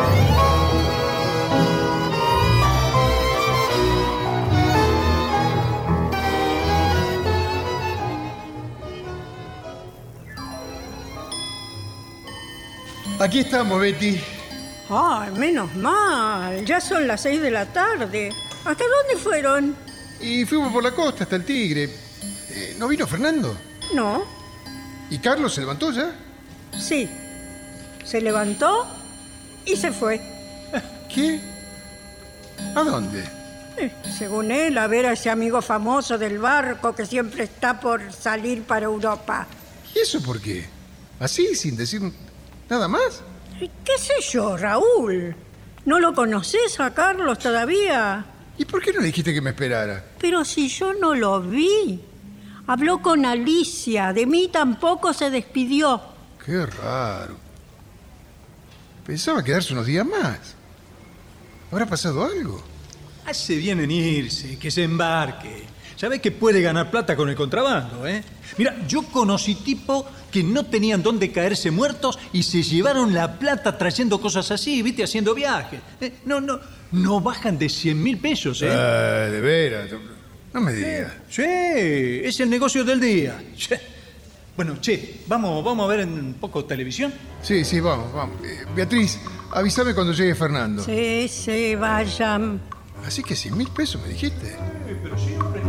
Aquí estamos, Betty. Ay, menos mal. Ya son las seis de la tarde. ¿Hasta dónde fueron? Y fuimos por la costa hasta el Tigre. Eh, ¿No vino Fernando? No. ¿Y Carlos se levantó ya? Sí. Se levantó y se fue. ¿Qué? ¿A dónde? Eh, según él, a ver a ese amigo famoso del barco que siempre está por salir para Europa. ¿Y eso por qué? ¿Así, sin decir nada más? ¿Qué sé yo, Raúl? ¿No lo conoces a Carlos todavía? ¿Y por qué no le dijiste que me esperara? Pero si yo no lo vi. Habló con Alicia. De mí tampoco se despidió. Qué raro. Pensaba quedarse unos días más. ¿Habrá pasado algo? Hace bien en irse, que se embarque. Sabés que puede ganar plata con el contrabando, ¿eh? Mira, yo conocí tipos que no tenían dónde caerse muertos y se llevaron la plata trayendo cosas así, ¿viste? Haciendo viajes. Eh, no, no, no bajan de cien mil pesos, ¿eh? Ah, de veras. No me digas. Sí, es el negocio del día. Che. Bueno, che, ¿vamos, vamos a ver en un poco televisión? Sí, sí, vamos, vamos. Eh, Beatriz, avísame cuando llegue Fernando. Sí, sí, vayan. Así que cien mil pesos me dijiste. Pero siempre...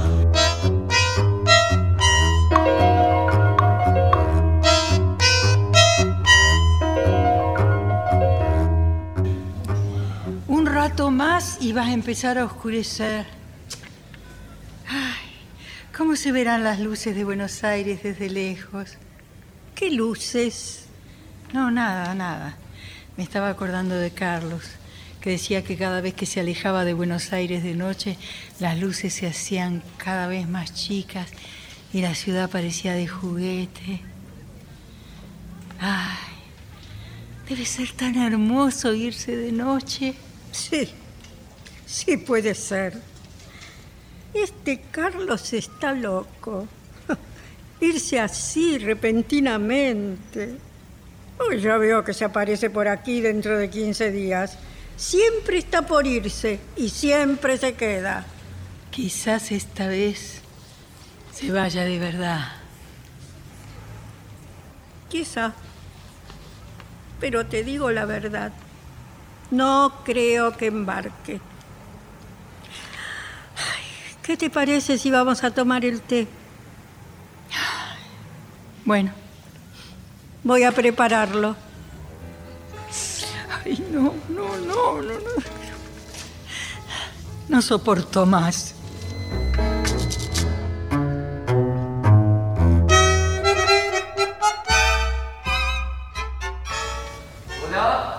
Un rato más y vas a empezar a oscurecer. Ay, ¿cómo se verán las luces de Buenos Aires desde lejos? ¿Qué luces? No, nada, nada. Me estaba acordando de Carlos, que decía que cada vez que se alejaba de Buenos Aires de noche, las luces se hacían cada vez más chicas y la ciudad parecía de juguete. Ay, debe ser tan hermoso irse de noche. Sí, sí puede ser. Este Carlos está loco. Irse así repentinamente. Oh, ya veo que se aparece por aquí dentro de quince días. Siempre está por irse y siempre se queda. Quizás esta vez se vaya de verdad. Quizá. pero te digo la verdad. No creo que embarque. Ay, ¿qué te parece si vamos a tomar el té? Bueno. Voy a prepararlo. Ay, no, no, no, no, no. No soporto más. Hola.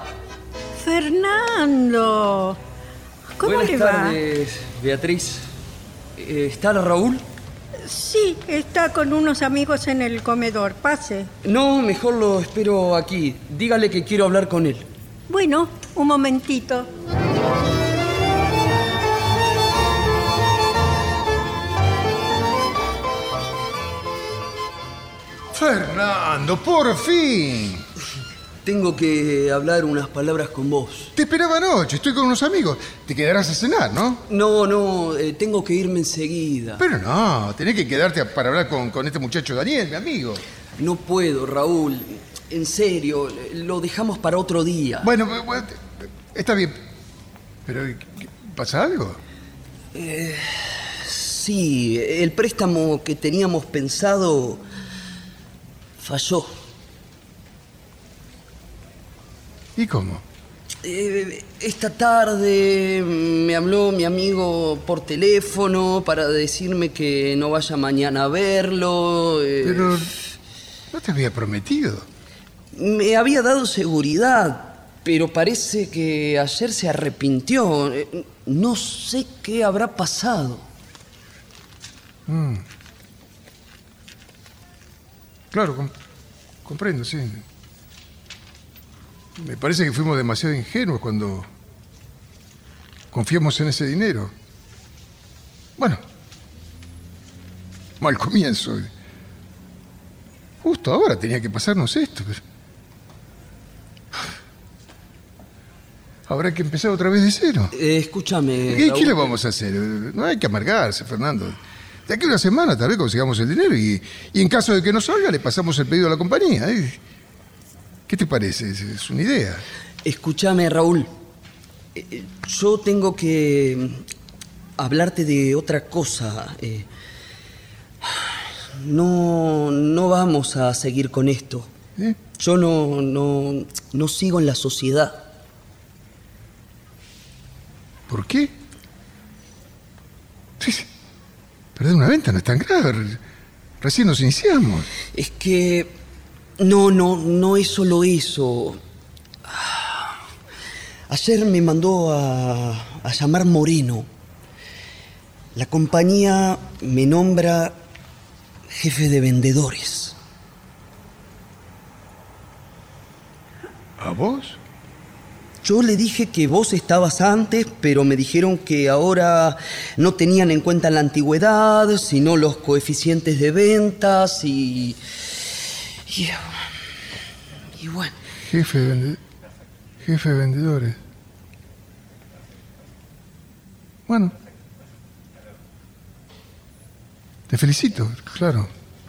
Fernando. ¿Cómo Buenas le va? Buenas tardes, Beatriz. Eh, ¿Está Raúl? Sí, está con unos amigos en el comedor. Pase. No, mejor lo espero aquí. Dígale que quiero hablar con él. Bueno, un momentito. Fernando, por fin. Tengo que hablar unas palabras con vos. Te esperaba anoche, estoy con unos amigos. Te quedarás a cenar, ¿no? No, no, eh, tengo que irme enseguida. Pero no, tenés que quedarte para hablar con, con este muchacho Daniel, mi amigo. No puedo, Raúl. En serio, lo dejamos para otro día. Bueno, bueno está bien. Pero, ¿pasa algo? Eh, sí, el préstamo que teníamos pensado falló. ¿Y cómo? Eh, esta tarde me habló mi amigo por teléfono para decirme que no vaya mañana a verlo. Eh, Pero no te había prometido. Me había dado seguridad, pero parece que ayer se arrepintió. Eh, no sé qué habrá pasado. Mm. Claro, com- comprendo, sí. Me parece que fuimos demasiado ingenuos cuando confiamos en ese dinero. Bueno, mal comienzo. Justo ahora tenía que pasarnos esto, pero... Habrá que empezar otra vez de cero. Eh, escúchame, ¿Qué, Raúl. ¿Qué le vamos a hacer? No hay que amargarse, Fernando. De aquí a una semana tal vez consigamos el dinero y, y en caso de que no salga le pasamos el pedido a la compañía. ¿eh? ¿Qué te parece? Es, es una idea. Escúchame, Raúl. Eh, yo tengo que hablarte de otra cosa. Eh, no, no vamos a seguir con esto. ¿Eh? Yo no, no, no sigo en la sociedad. ¿Por qué? Perder una venta no es tan grave. Recién nos iniciamos. Es que... No, no, no es solo eso. Ayer me mandó a, a llamar Moreno. La compañía me nombra jefe de vendedores. ¿A vos? Yo le dije que vos estabas antes, pero me dijeron que ahora no tenían en cuenta la antigüedad, sino los coeficientes de ventas y... y, y bueno... Jefe de, vende... Jefe de vendedores. Bueno. Te felicito, claro.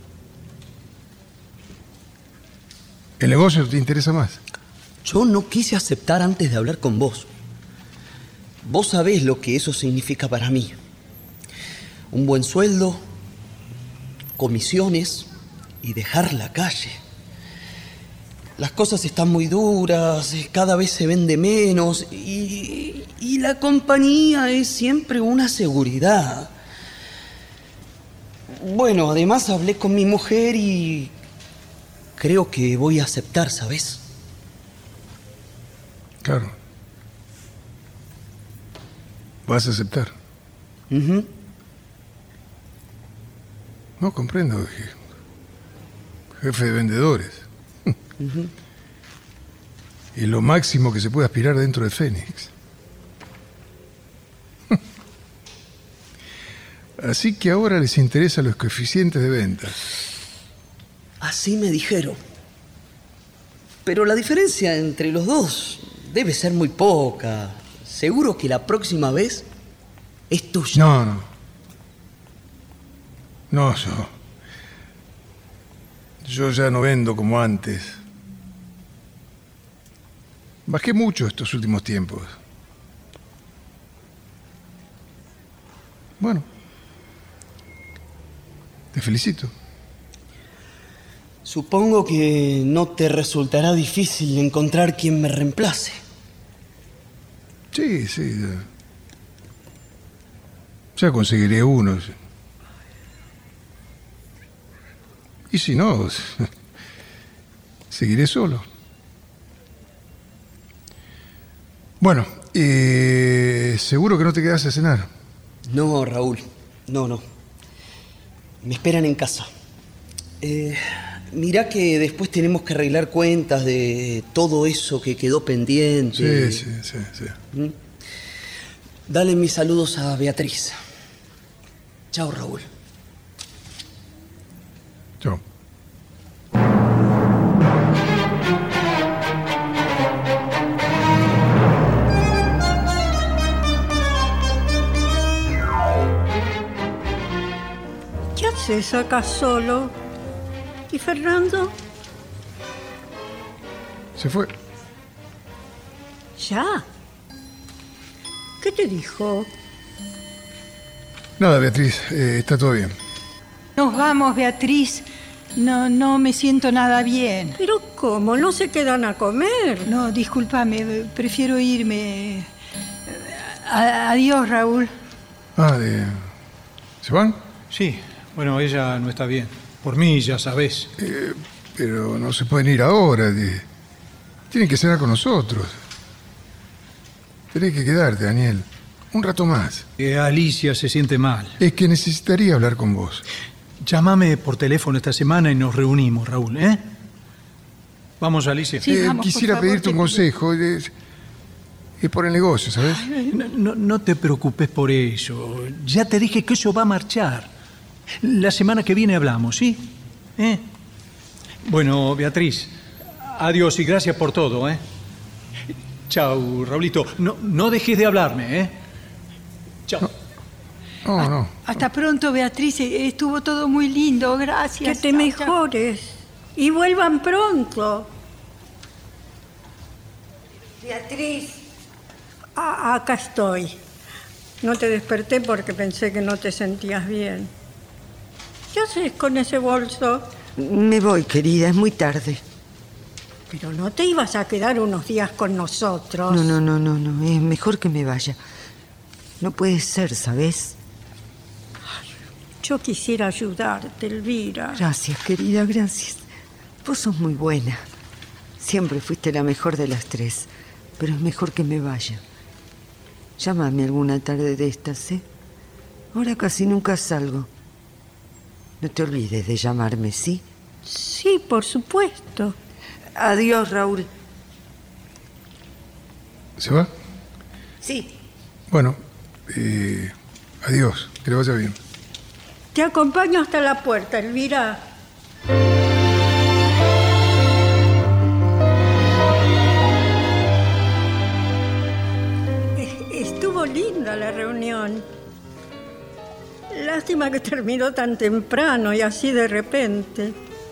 El negocio te interesa más. Yo no quise aceptar antes de hablar con vos. Vos sabés lo que eso significa para mí. Un buen sueldo, comisiones y dejar la calle. Las cosas están muy duras, cada vez se vende menos y, y la compañía es siempre una seguridad. Bueno, además hablé con mi mujer y creo que voy a aceptar, ¿sabes? Claro. ¿Vas a aceptar? Uh-huh. No, comprendo. Jefe de vendedores. Uh-huh. Es lo máximo que se puede aspirar dentro de Fénix. Así que ahora les interesan los coeficientes de venta. Así me dijeron. Pero la diferencia entre los dos debe ser muy poca. Seguro que la próxima vez es tuya. No, no. No, yo... Yo ya no vendo como antes. Bajé mucho estos últimos tiempos. Bueno, te felicito. Supongo que no te resultará difícil encontrar quien me reemplace. Sí, sí. Ya, ya conseguiré uno. Y si no, seguiré solo. Bueno, eh, seguro que no te quedas a cenar. No, Raúl. No, no. Me esperan en casa. Eh... Mirá que después tenemos que arreglar cuentas de todo eso que quedó pendiente. Sí, sí, sí, sí. ¿Mm? Dale mis saludos a Beatriz. Chao, Raúl. Chao. ¿Qué haces acá solo? ¿Y Fernando? Se fue. ¿Ya? ¿Qué te dijo? Nada, Beatriz, eh, está todo bien. Nos vamos, Beatriz. No, no me siento nada bien. ¿Pero cómo? ¿No se quedan a comer? No, discúlpame, prefiero irme. A- adiós, Raúl. Ah, de... ¿se van? Sí, bueno, ella no está bien. Por mí, ya sabés. Eh, pero no se pueden ir ahora. De... Tienen que cenar con nosotros. Tenés que quedarte, Daniel. Un rato más. Eh, Alicia se siente mal. Es que necesitaría hablar con vos. Llámame por teléfono esta semana y nos reunimos, Raúl, ¿eh? Vamos, Alicia. Sí, Eh, vamos, quisiera por favor, pedirte un te- consejo. Es, es por el negocio, ¿sabes? No, no- no te preocupes por eso. Ya te dije que eso va a marchar. La semana que viene hablamos, ¿sí? ¿Eh? Bueno, Beatriz, adiós y gracias por todo, ¿eh? Chao, Raulito. No, no dejes de hablarme, ¿eh? Chao. No, no. Hasta pronto, Beatriz. Estuvo todo muy lindo. Gracias. Que te Chao, mejores. Y vuelvan pronto. Beatriz. Ah, acá estoy. No te desperté porque pensé que no te sentías bien. ¿Qué haces con ese bolso? Me voy, querida, es muy tarde. Pero no te ibas a quedar unos días con nosotros. No, no, no, no, no. Es mejor que me vaya. No puede ser, ¿sabes? Yo quisiera ayudarte, Elvira. Gracias, querida, gracias. Vos sos muy buena. Siempre fuiste la mejor de las tres. Pero es mejor que me vaya. Llámame alguna tarde de estas, ¿eh? Ahora casi nunca salgo. No te olvides de llamarme, ¿sí? Sí, por supuesto. Adiós, Raúl. ¿Se va? Sí. Bueno, eh, adiós. Que le vaya bien. Te acompaño hasta la puerta, Elvira. Estuvo linda la reunión. Lástima que terminó tan temprano y así de repente.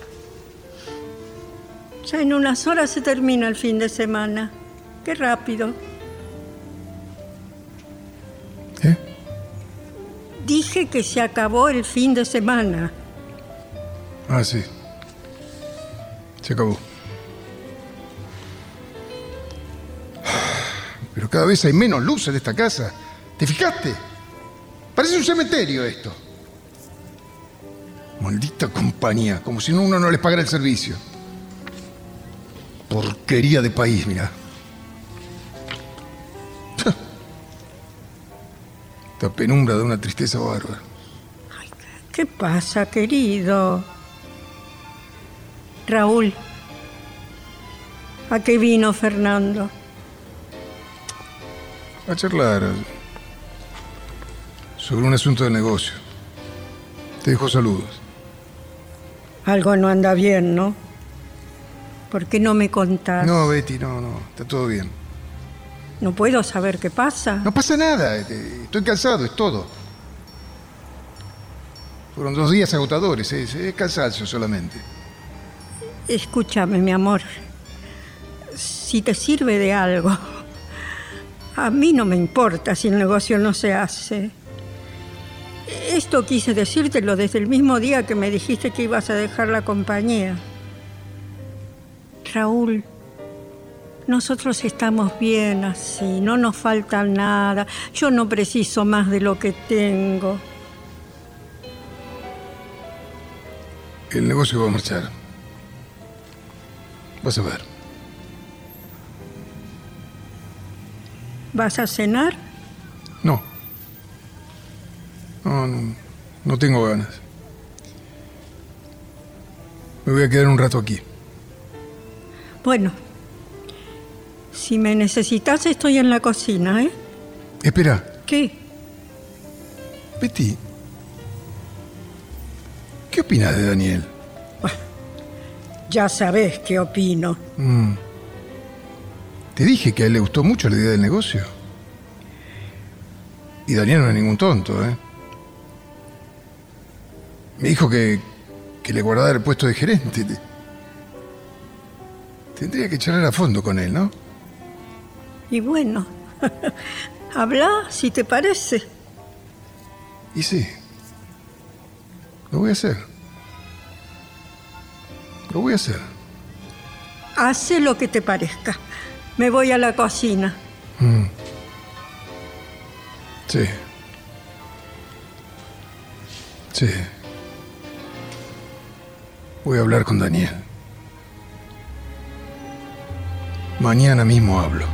Ya en unas horas se termina el fin de semana. Qué rápido. ¿Eh? Dije que se acabó el fin de semana. Ah, sí. Se acabó. Pero cada vez hay menos luces en esta casa. ¿Te fijaste? Parece un cementerio esto. Maldita compañía, como si uno no les pagara el servicio. Porquería de país, mirá. Esta penumbra da una tristeza bárbara. ¿Qué pasa, querido? Raúl, ¿a qué vino Fernando? A charlar sobre un asunto de negocio. Te dejo saludos. Algo no anda bien, ¿no? ¿Por qué no me contás? No, Betty, no, no. Está todo bien. No puedo saber qué pasa. No pasa nada. este, Estoy cansado, es todo. Fueron dos días agotadores. Es, es cansancio solamente. Escúchame, mi amor. Si si te sirve de algo. A mí no me importa si el negocio no se hace. Esto quise decírtelo desde el mismo día que me dijiste que ibas a dejar la compañía. Raúl, nosotros estamos bien así, no nos falta nada. Yo no preciso más de lo que tengo. El negocio va a marchar. Vas a ver. ¿Vas a cenar? No. No, no, no tengo ganas. Me voy a quedar un rato aquí. Bueno, si me necesitas estoy en la cocina, ¿eh? Espera. ¿Qué? Betty, ¿qué opinas de Daniel? Bueno, ya sabés qué opino. Mm. Te dije que a él le gustó mucho la idea del negocio. Y Daniel no es ningún tonto, ¿eh? Me dijo que, que le guardara el puesto de gerente. Tendría que charlar a fondo con él, ¿no? Y bueno, habla si te parece. Y sí, lo voy a hacer. Lo voy a hacer. Hace lo que te parezca. Me voy a la cocina. Mm. Sí. Sí. Voy a hablar con Daniel. Mañana mismo hablo.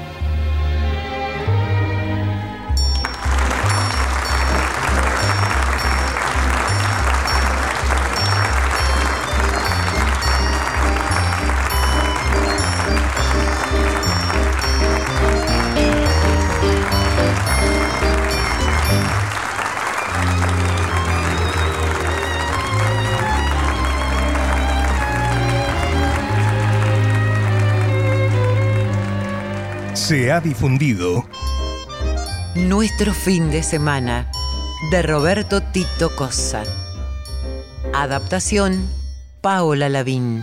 Se ha difundido Nuestro fin de semana, de Roberto Tito Cosa. Adaptación, Paola Lavín.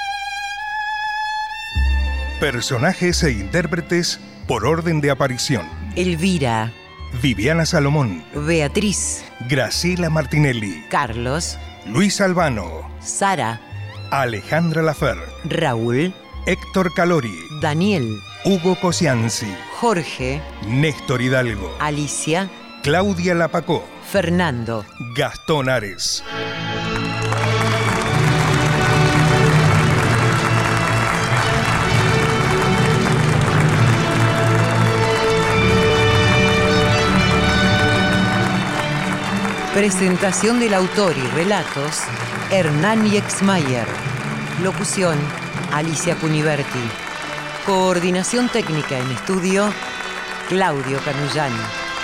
Personajes e intérpretes por orden de aparición: Elvira, Viviana Salomón, Beatriz, Graciela Martinelli, Carlos, Luis Albano, Sara, Alejandra Lafer, Raúl, Héctor Calori, Daniel, Hugo Cosianzi, Jorge, Néstor Hidalgo, Alicia, Claudia Lapacó, Fernando, Gastón Ares. Presentación del autor y relatos, Hernán Yexmayer. Locución, Alicia Cuniverti. Coordinación técnica en estudio, Claudio Canullani.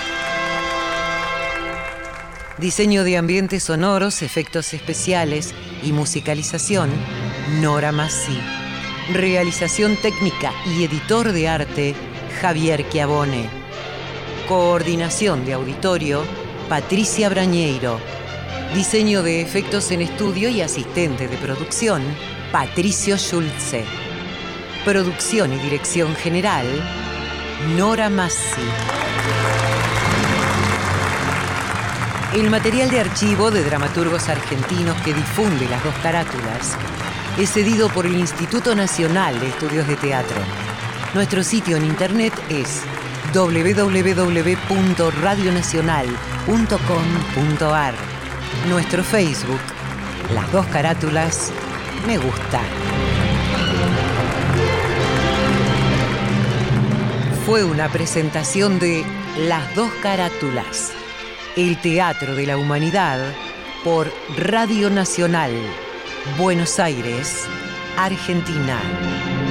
Diseño de ambientes sonoros, efectos especiales y musicalización, Nora Massi. Realización técnica y editor de arte, Javier Chiavone. Coordinación de auditorio, Patricia Brañeiro. Diseño de efectos en estudio y asistente de producción, Patricio Schulze. Producción y dirección general, Nora Massi. El material de archivo de dramaturgos argentinos que difunde Las Dos Carátulas es cedido por el Instituto Nacional de Estudios de Teatro. Nuestro sitio en internet es doble u doble u doble u punto radio nacional punto com punto a r. Nuestro Facebook, Las Dos Carátulas, me gusta. Fue una presentación de Las Dos Carátulas, el Teatro de la Humanidad, por Radio Nacional, Buenos Aires, Argentina.